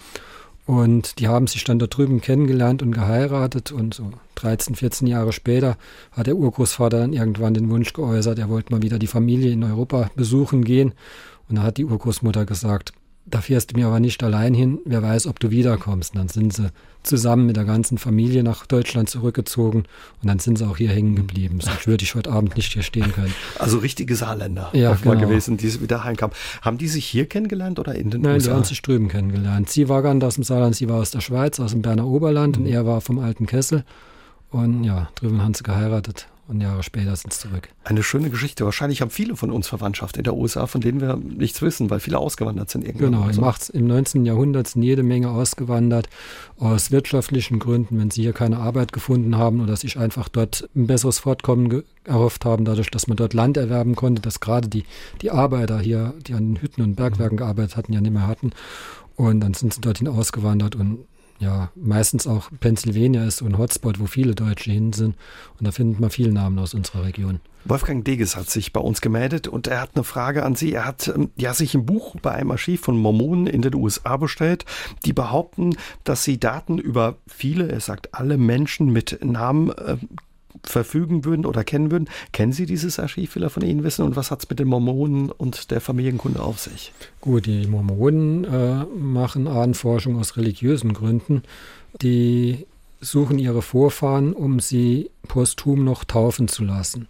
S4: Und die haben sich dann dort drüben kennengelernt und geheiratet. Und so dreizehn, vierzehn Jahre später hat der Urgroßvater dann irgendwann den Wunsch geäußert, er wollte mal wieder die Familie in Europa besuchen gehen. Und da hat die Urgroßmutter gesagt, da fährst du mir aber nicht allein hin, wer weiß, ob du wiederkommst. Und dann sind sie zusammen mit der ganzen Familie nach Deutschland zurückgezogen und dann sind sie auch hier hängen geblieben. Sonst würde ich heute Abend nicht hier stehen können.
S3: Also richtige Saarländer
S4: ja,
S3: offenbar
S4: genau.
S3: gewesen, die wieder heimkamen. Haben die sich hier kennengelernt oder in den
S4: Nein,
S3: U S A?
S4: Nein, die haben sich drüben kennengelernt. Sie war gar nicht aus dem Saarland, sie war aus der Schweiz, aus dem Berner Oberland mhm. und er war vom Alten Kessel. Und ja, drüben haben sie geheiratet. Und Jahre später sind sie zurück.
S3: Eine schöne Geschichte. Wahrscheinlich haben viele von uns Verwandtschaft in der U S A, von denen wir nichts wissen, weil viele ausgewandert sind. Irgendwann
S4: genau,
S3: so.
S4: im, achtzehnten im neunzehnten Jahrhundert sind jede Menge ausgewandert. Aus wirtschaftlichen Gründen, wenn sie hier keine Arbeit gefunden haben oder sich einfach dort ein besseres Fortkommen ge- erhofft haben, dadurch, dass man dort Land erwerben konnte, dass gerade die, die Arbeiter hier, die an den Hütten und Bergwerken gearbeitet hatten, ja nicht mehr hatten. Und dann sind sie dorthin ausgewandert und ja, meistens auch Pennsylvania ist so ein Hotspot, wo viele Deutsche hin sind. Und da findet man viele Namen aus unserer Region.
S3: Wolfgang Deges hat sich bei uns gemeldet und er hat eine Frage an Sie. Er hat ja sich ein Buch bei einem Archiv von Mormonen in den U S A bestellt, die behaupten, dass sie Daten über viele, er sagt alle Menschen mit Namen äh, verfügen würden oder kennen würden. Kennen Sie dieses Archiv, will er von Ihnen wissen? Und was hat es mit den Mormonen und der Familienkunde auf sich?
S4: Gut, die Mormonen äh, machen Ahnenforschung aus religiösen Gründen. Die suchen ihre Vorfahren, um sie posthum noch taufen zu lassen.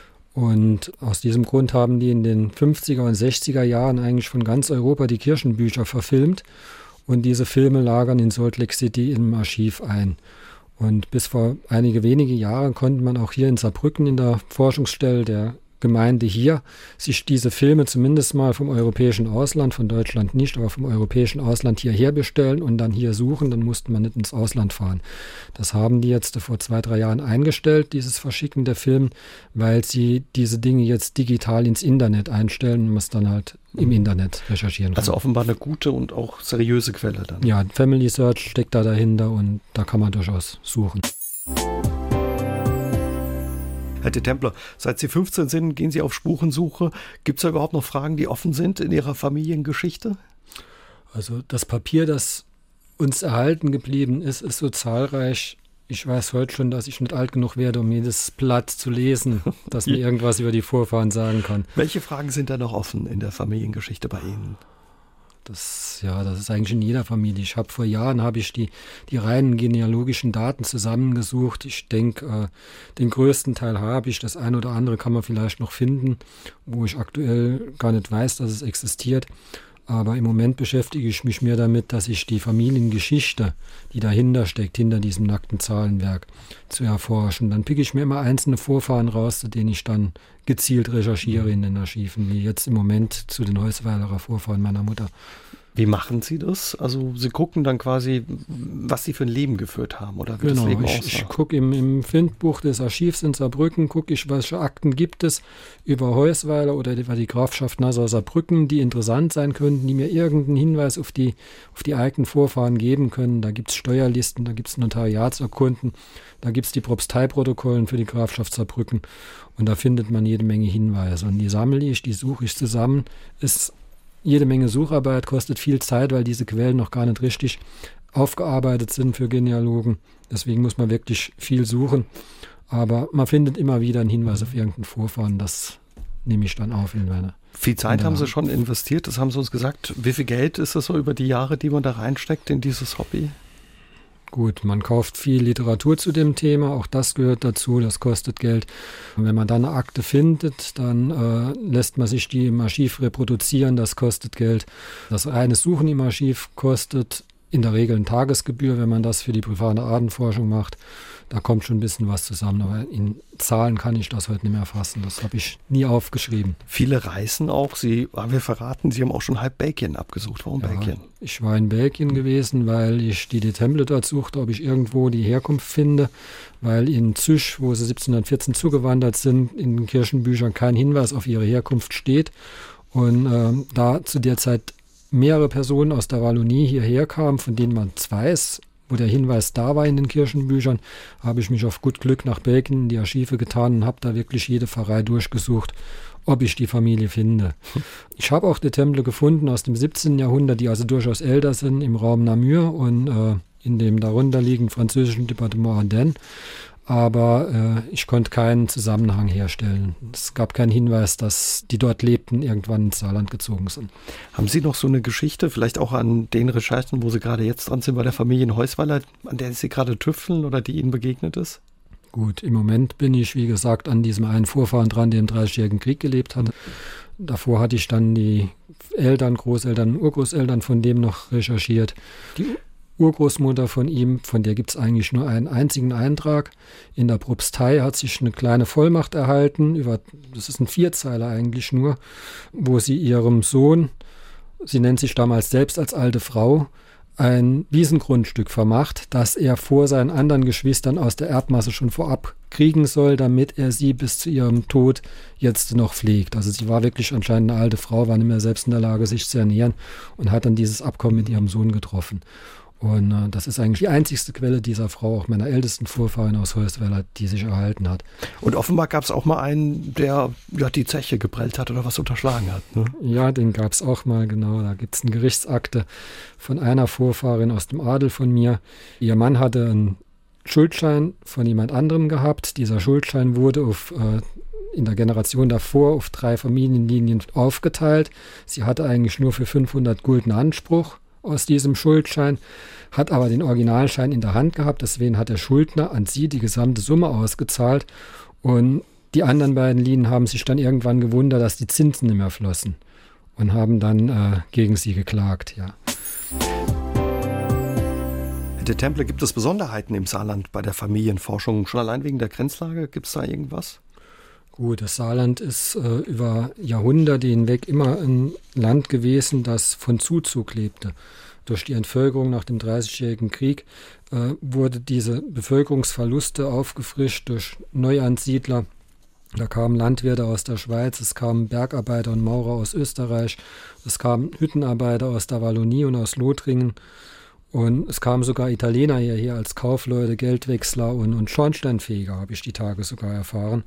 S4: Und aus diesem Grund haben die in den fünfziger und sechziger Jahren eigentlich von ganz Europa die Kirchenbücher verfilmt. Und diese Filme lagern in Salt Lake City im Archiv ein. Und bis vor einige wenige Jahre konnte man auch hier in Saarbrücken in der Forschungsstelle der Gemeinde hier sich diese Filme zumindest mal vom europäischen Ausland, von Deutschland nicht, aber vom europäischen Ausland hierher bestellen und dann hier suchen, dann musste man nicht ins Ausland fahren. Das haben die jetzt vor zwei, drei Jahren eingestellt, dieses Verschicken der Filme, weil sie diese Dinge jetzt digital ins Internet einstellen und man es dann halt im Internet recherchieren kann.
S3: Also offenbar eine gute und auch seriöse Quelle dann.
S4: Ja, Family Search steckt da dahinter und da kann man durchaus suchen.
S3: Herr de Templer, seit Sie fünfzehn sind, gehen Sie auf Spurensuche. Gibt es da überhaupt noch Fragen, die offen sind in Ihrer Familiengeschichte?
S4: Also das Papier, das uns erhalten geblieben ist, ist so zahlreich. Ich weiß heute schon, dass ich nicht alt genug werde, um jedes Blatt zu lesen, dass mir irgendwas über die Vorfahren sagen kann.
S3: Welche Fragen sind da noch offen in der Familiengeschichte bei Ihnen?
S4: Das, ja, das ist eigentlich in jeder Familie. Ich habe vor Jahren habe ich die, die reinen genealogischen Daten zusammengesucht. Ich denke, äh, den größten Teil habe ich. Das eine oder andere kann man vielleicht noch finden, wo ich aktuell gar nicht weiß, dass es existiert. Aber im Moment beschäftige ich mich mehr damit, dass ich die Familiengeschichte, die dahinter steckt, hinter diesem nackten Zahlenwerk, zu erforschen. Dann picke ich mir immer einzelne Vorfahren raus, zu denen ich dann gezielt recherchiere in den Archiven, wie jetzt im Moment zu den Heusweilerer Vorfahren meiner Mutter.
S3: Wie machen Sie das? Also Sie gucken dann quasi, was Sie für ein Leben geführt haben oder wie
S4: genau,
S3: das Leben
S4: ich,
S3: aussah.
S4: ich gucke im, im Findbuch des Archivs in Saarbrücken, gucke ich, welche Akten gibt es über Heusweiler oder über die Grafschaft Nassau-Saarbrücken, die interessant sein könnten, die mir irgendeinen Hinweis auf die, auf die eigenen Vorfahren geben können. Da gibt es Steuerlisten, da gibt es Notariatsurkunden, da gibt es die Propsteiprotokollen für die Grafschaft Saarbrücken und da findet man jede Menge Hinweise. Und die sammle ich, die suche ich zusammen. Ist jede Menge Sucharbeit, kostet viel Zeit, weil diese Quellen noch gar nicht richtig aufgearbeitet sind für Genealogen. Deswegen muss man wirklich viel suchen. Aber man findet immer wieder einen Hinweis auf irgendeinen Vorfahren. Das nehme ich dann auf in meine.
S3: Viel Zeit haben Sie schon investiert, das haben Sie uns gesagt. Wie viel Geld ist das so über die Jahre, die man da reinsteckt in dieses Hobby?
S4: Gut, man kauft viel Literatur zu dem Thema, auch das gehört dazu, das kostet Geld. Und wenn man dann eine Akte findet, dann äh, lässt man sich die im Archiv reproduzieren, das kostet Geld. Das reine Suchen im Archiv kostet in der Regel eine Tagesgebühr, wenn man das für die private Ahnenforschung macht. Da kommt schon ein bisschen was zusammen, aber in Zahlen kann ich das heute nicht mehr fassen. Das habe ich nie aufgeschrieben.
S3: Viele reisen auch. Sie, wir verraten, Sie haben auch schon halb Belgien abgesucht. Warum
S4: ja,
S3: Belgien?
S4: Ich war in Belgien gewesen, weil ich die De Temple dort suchte, ob ich irgendwo die Herkunft finde, weil in Züsch, wo sie siebzehnhundertvierzehn zugewandert sind, in den Kirchenbüchern kein Hinweis auf ihre Herkunft steht. Und äh, da zu der Zeit mehrere Personen aus der Wallonie hierher kamen, von denen man es weiß, wo der Hinweis da war in den Kirchenbüchern, habe ich mich auf gut Glück nach Belgien in die Archive getan und habe da wirklich jede Pfarrei durchgesucht, ob ich die Familie finde. Ich habe auch die Temple gefunden aus dem siebzehnten Jahrhundert, die also durchaus älter sind, im Raum Namur und äh, in dem darunterliegenden französischen Departement Ardennes. Aber äh, ich konnte keinen Zusammenhang herstellen. Es gab keinen Hinweis, dass die dort lebten, irgendwann ins Saarland gezogen sind.
S3: Haben Sie noch so eine Geschichte, vielleicht auch an den Recherchen, wo Sie gerade jetzt dran sind, bei der Familie in Heusweiler, an der Sie gerade tüfteln oder die Ihnen begegnet ist?
S4: Gut, im Moment bin ich, wie gesagt, an diesem einen Vorfahren dran, der im Dreißigjährigen Krieg gelebt hatte. Davor hatte ich dann die Eltern, Großeltern, Urgroßeltern von dem noch recherchiert. Die Urgroßmutter von ihm, von der gibt es eigentlich nur einen einzigen Eintrag. In der Propstei hat sich eine kleine Vollmacht erhalten, über, das ist ein Vierzeiler eigentlich nur, wo sie ihrem Sohn, sie nennt sich damals selbst als alte Frau, ein Wiesengrundstück vermacht, das er vor seinen anderen Geschwistern aus der Erbmasse schon vorab kriegen soll, damit er sie bis zu ihrem Tod jetzt noch pflegt. Also sie war wirklich anscheinend eine alte Frau, war nicht mehr selbst in der Lage, sich zu ernähren und hat dann dieses Abkommen mit ihrem Sohn getroffen. Und äh, das ist eigentlich die einzigste Quelle dieser Frau, auch meiner ältesten Vorfahrin aus Heusweiler, die sich erhalten hat.
S3: Und offenbar gab es auch mal einen, der ja, die Zeche geprellt hat oder was unterschlagen hat. Ne?
S4: Ja, den gab es auch mal, genau. Da gibt es eine Gerichtsakte von einer Vorfahrin aus dem Adel von mir. Ihr Mann hatte einen Schuldschein von jemand anderem gehabt. Dieser Schuldschein wurde auf äh, in der Generation davor auf drei Familienlinien aufgeteilt. Sie hatte eigentlich nur für fünfhundert Gulden Anspruch aus diesem Schuldschein, hat aber den Originalschein in der Hand gehabt, deswegen hat der Schuldner an sie die gesamte Summe ausgezahlt und die anderen beiden Linien haben sich dann irgendwann gewundert, dass die Zinsen nicht mehr flossen und haben dann äh, gegen sie geklagt, ja.
S3: Herr de Temple, gibt es Besonderheiten im Saarland bei der Familienforschung? Schon allein wegen der Grenzlage, gibt es da irgendwas?
S4: Gut, das Saarland ist äh, über Jahrhunderte hinweg immer ein Land gewesen, das von Zuzug lebte. Durch die Entvölkerung nach dem Dreißigjährigen Krieg äh, wurde diese Bevölkerungsverluste aufgefrischt durch Neuansiedler. Da kamen Landwirte aus der Schweiz, es kamen Bergarbeiter und Maurer aus Österreich, es kamen Hüttenarbeiter aus der Wallonie und aus Lothringen. Und es kamen sogar Italiener hierher als Kaufleute, Geldwechsler und, und Schornsteinfeger, habe ich die Tage sogar erfahren.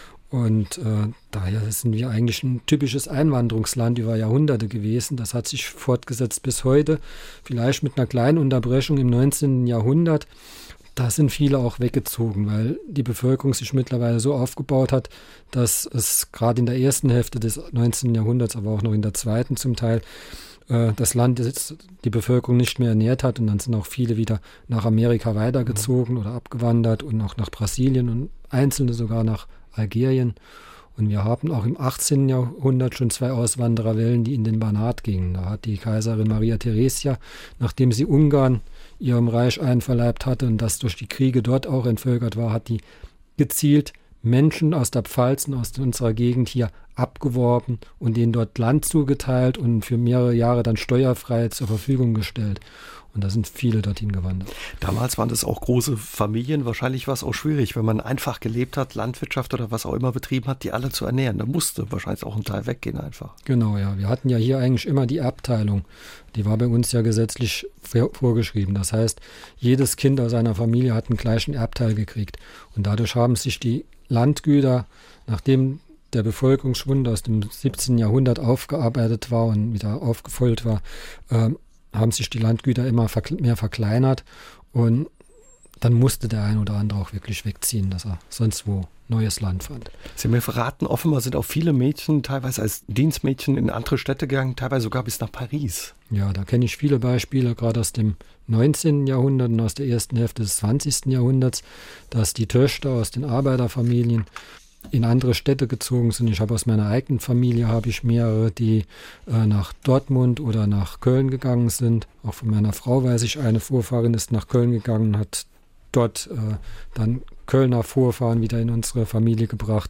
S4: Und äh, daher sind wir eigentlich ein typisches Einwanderungsland über Jahrhunderte gewesen. Das hat sich fortgesetzt bis heute, vielleicht mit einer kleinen Unterbrechung im neunzehnten Jahrhundert. Da sind viele auch weggezogen, weil die Bevölkerung sich mittlerweile so aufgebaut hat, dass es gerade in der ersten Hälfte des neunzehnten Jahrhunderts, aber auch noch in der zweiten zum Teil, äh, das Land jetzt die Bevölkerung nicht mehr ernährt hat. Und dann sind auch viele wieder nach Amerika weitergezogen mhm. oder abgewandert und auch nach Brasilien und Einzelne sogar nach Algerien. Und wir haben auch im achtzehnten Jahrhundert schon zwei Auswandererwellen, die in den Banat gingen. Da hat die Kaiserin Maria Theresia, nachdem sie Ungarn ihrem Reich einverleibt hatte und das durch die Kriege dort auch entvölkert war, hat die gezielt Menschen aus der Pfalz und aus unserer Gegend hier abgeworben und denen dort Land zugeteilt und für mehrere Jahre dann steuerfrei zur Verfügung gestellt. Und da sind viele dorthin gewandert.
S3: Damals waren das auch große Familien. Wahrscheinlich war es auch schwierig, wenn man einfach gelebt hat, Landwirtschaft oder was auch immer betrieben hat, die alle zu ernähren. Da musste wahrscheinlich auch ein Teil weggehen einfach.
S4: Genau, ja. Wir hatten ja hier eigentlich immer die Erbteilung. Die war bei uns ja gesetzlich vorgeschrieben. Das heißt, jedes Kind aus einer Familie hat einen gleichen Erbteil gekriegt. Und dadurch haben sich die Landgüter, nachdem der Bevölkerungsschwund aus dem siebzehnten Jahrhundert aufgearbeitet war und wieder aufgefüllt war, äh, haben sich die Landgüter immer mehr verkleinert und dann musste der ein oder andere auch wirklich wegziehen, dass er sonst wo neues Land fand.
S3: Sie haben mir verraten, offenbar sind auch viele Mädchen teilweise als Dienstmädchen in andere Städte gegangen, teilweise sogar bis nach Paris.
S4: Ja, da kenne ich viele Beispiele, gerade aus dem neunzehnten. Jahrhundert und aus der ersten Hälfte des zwanzigsten. Jahrhunderts, dass die Töchter aus den Arbeiterfamilien in andere Städte gezogen sind. Ich habe aus meiner eigenen Familie habe ich mehrere, die äh, nach Dortmund oder nach Köln gegangen sind. Auch von meiner Frau weiß ich, eine Vorfahrin ist nach Köln gegangen, hat dort äh, dann Kölner Vorfahren wieder in unsere Familie gebracht.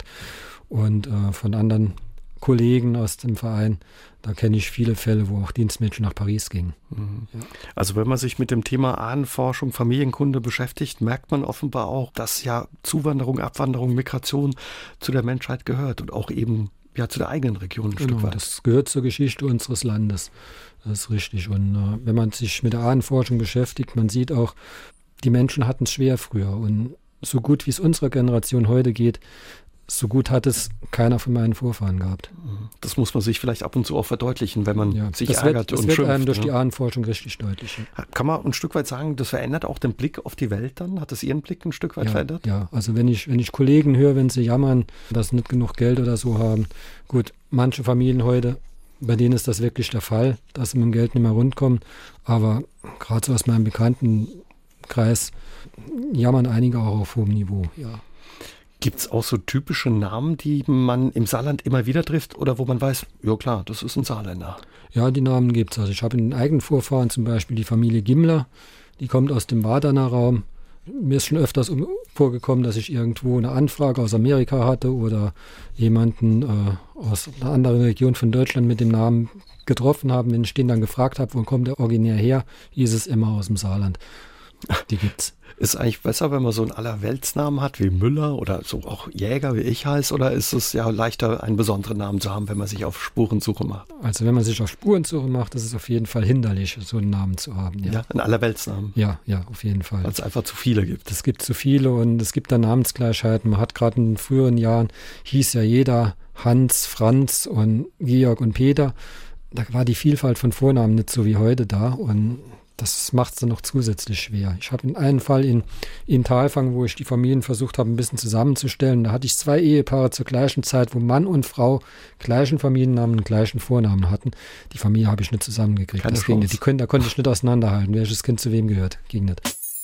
S4: Und äh, von anderen Kollegen aus dem Verein, da kenne ich viele Fälle, wo auch Dienstmädchen nach Paris gingen.
S3: Mhm. Ja. Also wenn man sich mit dem Thema Ahnenforschung, Familienkunde beschäftigt, merkt man offenbar auch, dass ja Zuwanderung, Abwanderung, Migration zu der Menschheit gehört und auch eben ja zu der eigenen Region ein
S4: genau,
S3: Stück weit.
S4: Das gehört zur Geschichte unseres Landes. Das ist richtig. Und äh, wenn man sich mit der Ahnenforschung beschäftigt, man sieht auch, die Menschen hatten es schwer früher. Und so gut wie es unserer Generation heute geht, so gut hat es keiner von meinen Vorfahren gehabt.
S3: Das muss man sich vielleicht ab und zu auch verdeutlichen, wenn man
S4: ja,
S3: sich
S4: das
S3: ärgert
S4: wird, das
S3: und
S4: wird
S3: schimpft.
S4: einem durch
S3: ja.
S4: die Ahnenforschung richtig deutlich.
S3: Ja. Kann man ein Stück weit sagen, das verändert auch den Blick auf die Welt dann? Hat es Ihren Blick ein Stück weit
S4: ja,
S3: verändert?
S4: Ja, also wenn ich, wenn ich Kollegen höre, wenn sie jammern, dass sie nicht genug Geld oder so haben. Gut, manche Familien heute, bei denen ist das wirklich der Fall, dass sie mit dem Geld nicht mehr rundkommen. Aber gerade so aus meinem Bekanntenkreis jammern einige auch auf hohem Niveau, ja.
S3: Gibt es auch so typische Namen, die man im Saarland immer wieder trifft oder wo man weiß, ja klar, das ist ein Saarländer?
S4: Ja, die Namen gibt es. Also ich habe in den eigenen Vorfahren zum Beispiel die Familie Gimmler, die kommt aus dem Waderner Raum. Mir ist schon öfters um, vorgekommen, dass ich irgendwo eine Anfrage aus Amerika hatte oder jemanden äh, aus einer anderen Region von Deutschland mit dem Namen getroffen habe. Wenn ich den dann gefragt habe, wo kommt der originär her, hieß es immer aus dem Saarland. Die gibt's.
S3: Ist eigentlich besser, wenn man so einen Allerweltsnamen hat wie Müller oder so auch Jäger wie ich heiße, oder ist es ja leichter, einen besonderen Namen zu haben, wenn man sich auf Spurensuche macht?
S4: Also wenn man sich auf Spurensuche macht, ist es auf jeden Fall hinderlich, so einen Namen zu haben. Ja,
S3: ja einen Allerweltsnamen?
S4: Ja, ja, auf jeden Fall.
S3: Weil es einfach zu viele gibt.
S4: Es gibt zu viele und es gibt da Namensgleichheiten. Man hat gerade in früheren Jahren, hieß ja jeder Hans, Franz und Georg und Peter. Da war die Vielfalt von Vornamen nicht so wie heute da und das macht es dann noch zusätzlich schwer. Ich habe in einem Fall in, in Talfang, wo ich die Familien versucht habe, ein bisschen zusammenzustellen, da hatte ich zwei Ehepaare zur gleichen Zeit, wo Mann und Frau gleichen Familiennamen und gleichen Vornamen hatten. Die Familie habe ich nicht zusammengekriegt.
S3: Keine
S4: das ging
S3: Chance.
S4: nicht. Die können, da konnte ich nicht auseinanderhalten, welches Kind zu wem gehört. Ging nicht.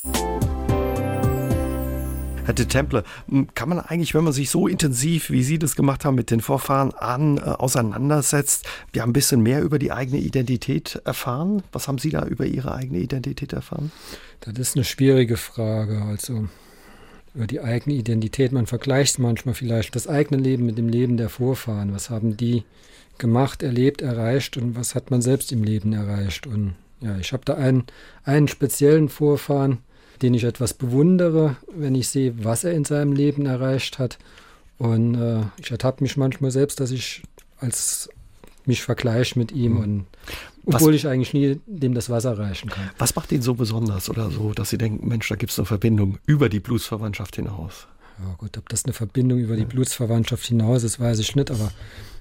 S3: Herr de Temple, kann man eigentlich, wenn man sich so intensiv, wie Sie das gemacht haben, mit den Vorfahren an, äh, auseinandersetzt, ja, ein bisschen mehr über die eigene Identität erfahren? Was haben Sie da über Ihre eigene Identität erfahren?
S4: Das ist eine schwierige Frage. Also über die eigene Identität, man vergleicht manchmal vielleicht das eigene Leben mit dem Leben der Vorfahren. Was haben die gemacht, erlebt, erreicht und was hat man selbst im Leben erreicht? Und ja, ich habe da einen, einen speziellen Vorfahren, den ich etwas bewundere, wenn ich sehe, was er in seinem Leben erreicht hat. Und äh, ich ertappe mich manchmal selbst, dass ich als mich vergleiche mit ihm, und obwohl was, ich eigentlich nie dem das Wasser reichen kann.
S3: Was macht ihn so besonders oder so, dass Sie denken, Mensch, da gibt es eine Verbindung über die Blutsverwandtschaft hinaus?
S4: Ja gut, ob das eine Verbindung über die Blutsverwandtschaft hinaus ist, weiß ich nicht, aber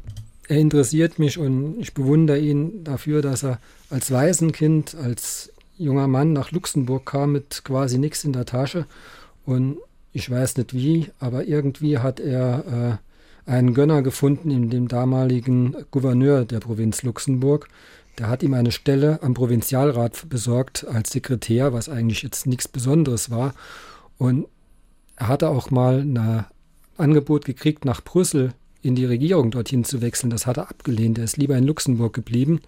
S4: er interessiert mich und ich bewundere ihn dafür, dass er als Waisenkind, als junger Mann nach Luxemburg kam mit quasi nichts in der Tasche und ich weiß nicht wie, aber irgendwie hat er äh, einen Gönner gefunden in dem damaligen Gouverneur der Provinz Luxemburg. Der hat ihm eine Stelle am Provinzialrat besorgt als Sekretär, was eigentlich jetzt nichts Besonderes war, und er hatte auch mal ein Angebot gekriegt, nach Brüssel in die Regierung dorthin zu wechseln. Das hat er abgelehnt, er ist lieber in Luxemburg geblieben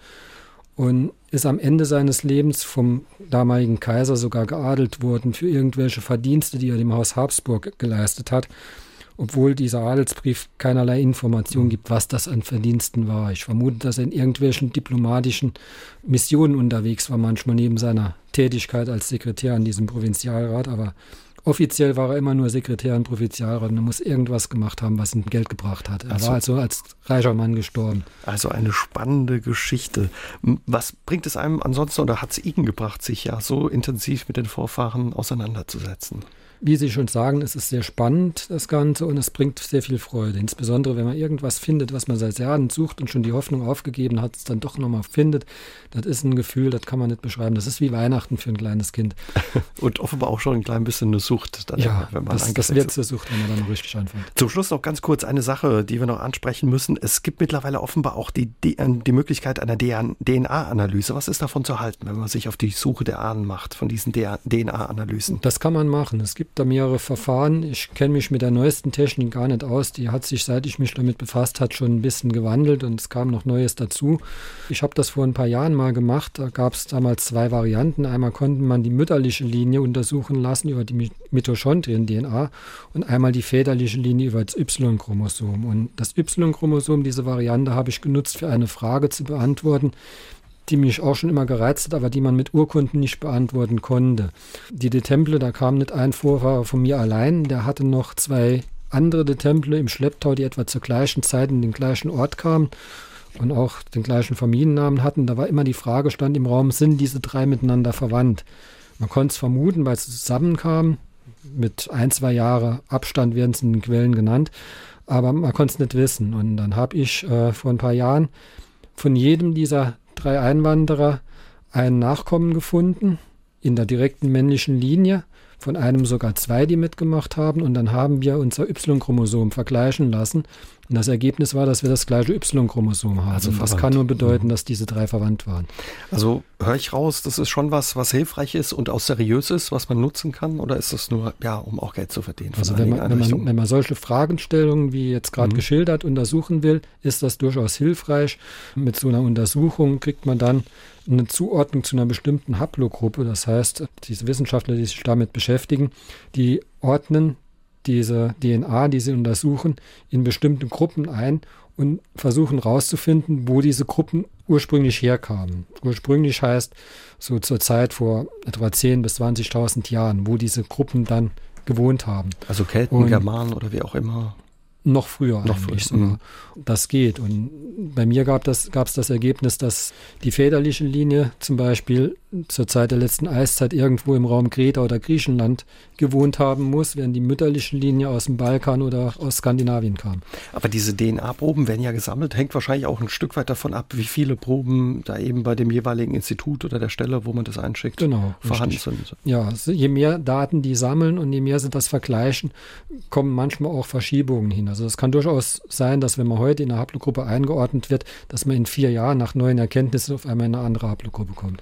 S4: und ist am Ende seines Lebens vom damaligen Kaiser sogar geadelt worden für irgendwelche Verdienste, die er dem Haus Habsburg geleistet hat, obwohl dieser Adelsbrief keinerlei Information gibt, was das an Verdiensten war. Ich vermute, dass er in irgendwelchen diplomatischen Missionen unterwegs war, manchmal neben seiner Tätigkeit als Sekretär an diesem Provinzialrat, aber offiziell war er immer nur Sekretär im Provinzialrat und er muss irgendwas gemacht haben, was ihm Geld gebracht hat. Er also, war also als reicher Mann gestorben.
S3: Also eine spannende Geschichte. Was bringt es einem ansonsten oder hat es Ihnen gebracht, sich ja so intensiv mit den Vorfahren auseinanderzusetzen?
S4: wie Sie schon sagen, es ist sehr spannend, das Ganze, und es bringt sehr viel Freude. Insbesondere, wenn man irgendwas findet, was man seit Jahren sucht und schon die Hoffnung aufgegeben hat, es dann doch nochmal findet. Das ist ein Gefühl, das kann man nicht beschreiben. Das ist wie Weihnachten für ein kleines Kind.
S3: Und offenbar auch schon ein klein bisschen eine Sucht. Dann,
S4: ja,
S3: wenn man
S4: das, das wird zur Sucht, wenn man dann richtig anfängt.
S3: Zum Schluss noch ganz kurz eine Sache, die wir noch ansprechen müssen. Es gibt mittlerweile offenbar auch die, die, die Möglichkeit einer D N A-Analyse. Was ist davon zu halten, wenn man sich auf die Suche der Ahnen macht, von diesen D N A-Analysen?
S4: Das kann man machen. Es gibt da mehrere Verfahren. Ich kenne mich mit der neuesten Technik gar nicht aus. Die hat sich, seit ich mich damit befasst habe, schon ein bisschen gewandelt und es kam noch Neues dazu. Ich habe das vor ein paar Jahren mal gemacht. Da gab es damals zwei Varianten. Einmal konnte man die mütterliche Linie untersuchen lassen über die Mitochondrien-D N A und einmal die väterliche Linie über das Y-Chromosom. Und das Y-Chromosom, diese Variante, habe ich genutzt, für eine Frage zu beantworten, die mich auch schon immer gereizt hat, aber die man mit Urkunden nicht beantworten konnte. Die De Temple, da kam nicht ein Vorfahrer von mir allein, der hatte noch zwei andere De Temple im Schlepptau, die etwa zur gleichen Zeit in den gleichen Ort kamen und auch den gleichen Familiennamen hatten. Da war immer die Frage, stand im Raum, sind diese drei miteinander verwandt? Man konnte es vermuten, weil sie zusammenkamen. Mit ein, zwei Jahre Abstand werden sie in den Quellen genannt, aber man konnte es nicht wissen. Und dann habe ich äh, vor ein paar Jahren von jedem dieser drei Einwanderer einen Nachkommen gefunden, in der direkten männlichen Linie, von einem sogar zwei, die mitgemacht haben. Und dann haben wir unser Y-Chromosom vergleichen lassen. Und das Ergebnis war, dass wir das gleiche Y-Chromosom haben. Also das kann nur bedeuten, dass diese drei verwandt waren.
S3: Also höre ich raus, das ist schon was, was hilfreich ist und auch seriös ist, was man nutzen kann? Oder ist das nur, ja, um auch Geld zu verdienen?
S4: Also wenn man, wenn, man, wenn man solche Fragestellungen, wie jetzt gerade mhm. geschildert, untersuchen will, ist das durchaus hilfreich. Mit so einer Untersuchung kriegt man dann eine Zuordnung zu einer bestimmten Haplogruppe. Das heißt, diese Wissenschaftler, die sich damit beschäftigen, die ordnen diese D N A, die sie untersuchen, in bestimmte Gruppen ein und versuchen herauszufinden, wo diese Gruppen ursprünglich herkamen. Ursprünglich heißt so zur Zeit vor etwa zehntausend bis zwanzigtausend Jahren, wo diese Gruppen dann gewohnt haben.
S3: Also Kelten, und Germanen oder wie auch immer.
S4: Noch früher
S3: noch
S4: eigentlich
S3: früher.
S4: sogar. Das geht. Und bei mir gab das, gab es das Ergebnis, dass die väterliche Linie zum Beispiel zur Zeit der letzten Eiszeit irgendwo im Raum Kreta oder Griechenland gewohnt haben muss, während die mütterliche Linie aus dem Balkan oder aus Skandinavien kam.
S3: Aber diese D N A-Proben werden ja gesammelt, hängt wahrscheinlich auch ein Stück weit davon ab, wie viele Proben da eben bei dem jeweiligen Institut oder der Stelle, wo man das einschickt,
S4: genau,
S3: vorhanden
S4: richtig.
S3: sind.
S4: Ja, je mehr Daten die sammeln und je mehr sie das vergleichen, kommen manchmal auch Verschiebungen hin. Also es kann durchaus sein, dass wenn man heute in eine Haplogruppe eingeordnet wird, dass man in vier Jahren nach neuen Erkenntnissen auf einmal in eine andere Haplogruppe kommt.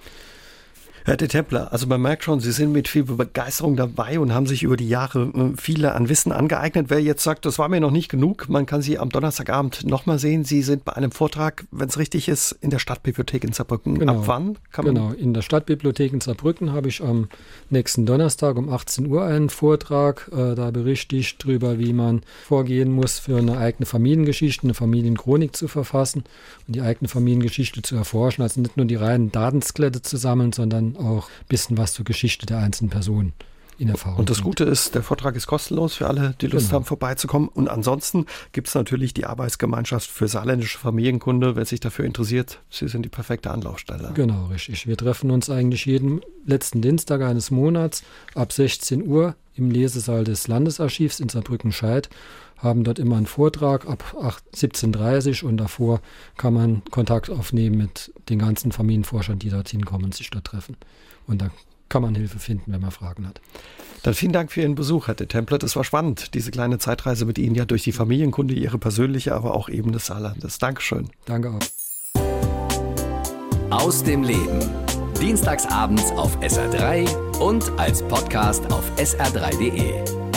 S3: Herr De Templer, also man merkt schon, Sie sind mit viel Begeisterung dabei und haben sich über die Jahre viele an Wissen angeeignet. Wer jetzt sagt, das war mir noch nicht genug, man kann Sie am Donnerstagabend nochmal sehen. Sie sind bei einem Vortrag, wenn es richtig ist, in der Stadtbibliothek in Saarbrücken.
S4: Genau.
S3: Ab wann? Kann
S4: man genau, in der Stadtbibliothek in Saarbrücken habe ich am nächsten Donnerstag um achtzehn Uhr einen Vortrag. Äh, da berichte ich darüber, wie man vorgehen muss, für eine eigene Familiengeschichte, eine Familienchronik zu verfassen und die eigene Familiengeschichte zu erforschen. Also nicht nur die reinen Datenskelette zu sammeln, sondern auch ein bisschen was zur Geschichte der einzelnen Personen in Erfahrung.
S3: Und das Gute ist, der Vortrag ist kostenlos für alle, die Lust genau. haben, vorbeizukommen. Und ansonsten gibt es natürlich die Arbeitsgemeinschaft für saarländische Familienkunde. Wer sich dafür interessiert, Sie sind die perfekte Anlaufstelle.
S4: Genau, richtig. Wir treffen uns eigentlich jeden letzten Dienstag eines Monats ab sechzehn Uhr im Lesesaal des Landesarchivs in Saarbrücken-Scheid, haben dort immer einen Vortrag ab siebzehn Uhr dreißig und davor kann man Kontakt aufnehmen mit den ganzen Familienforschern, die dorthin kommen und sich dort treffen. Und da kann man Hilfe finden, wenn man Fragen hat.
S3: Dann vielen Dank für Ihren Besuch, Herr De Templer. Das war spannend, diese kleine Zeitreise mit Ihnen ja durch die Familienkunde, Ihre persönliche, aber auch eben des Saarlandes. Dankeschön.
S4: Danke auch.
S1: Aus dem Leben. Dienstagsabends auf S R drei und als Podcast auf S R drei punkt de.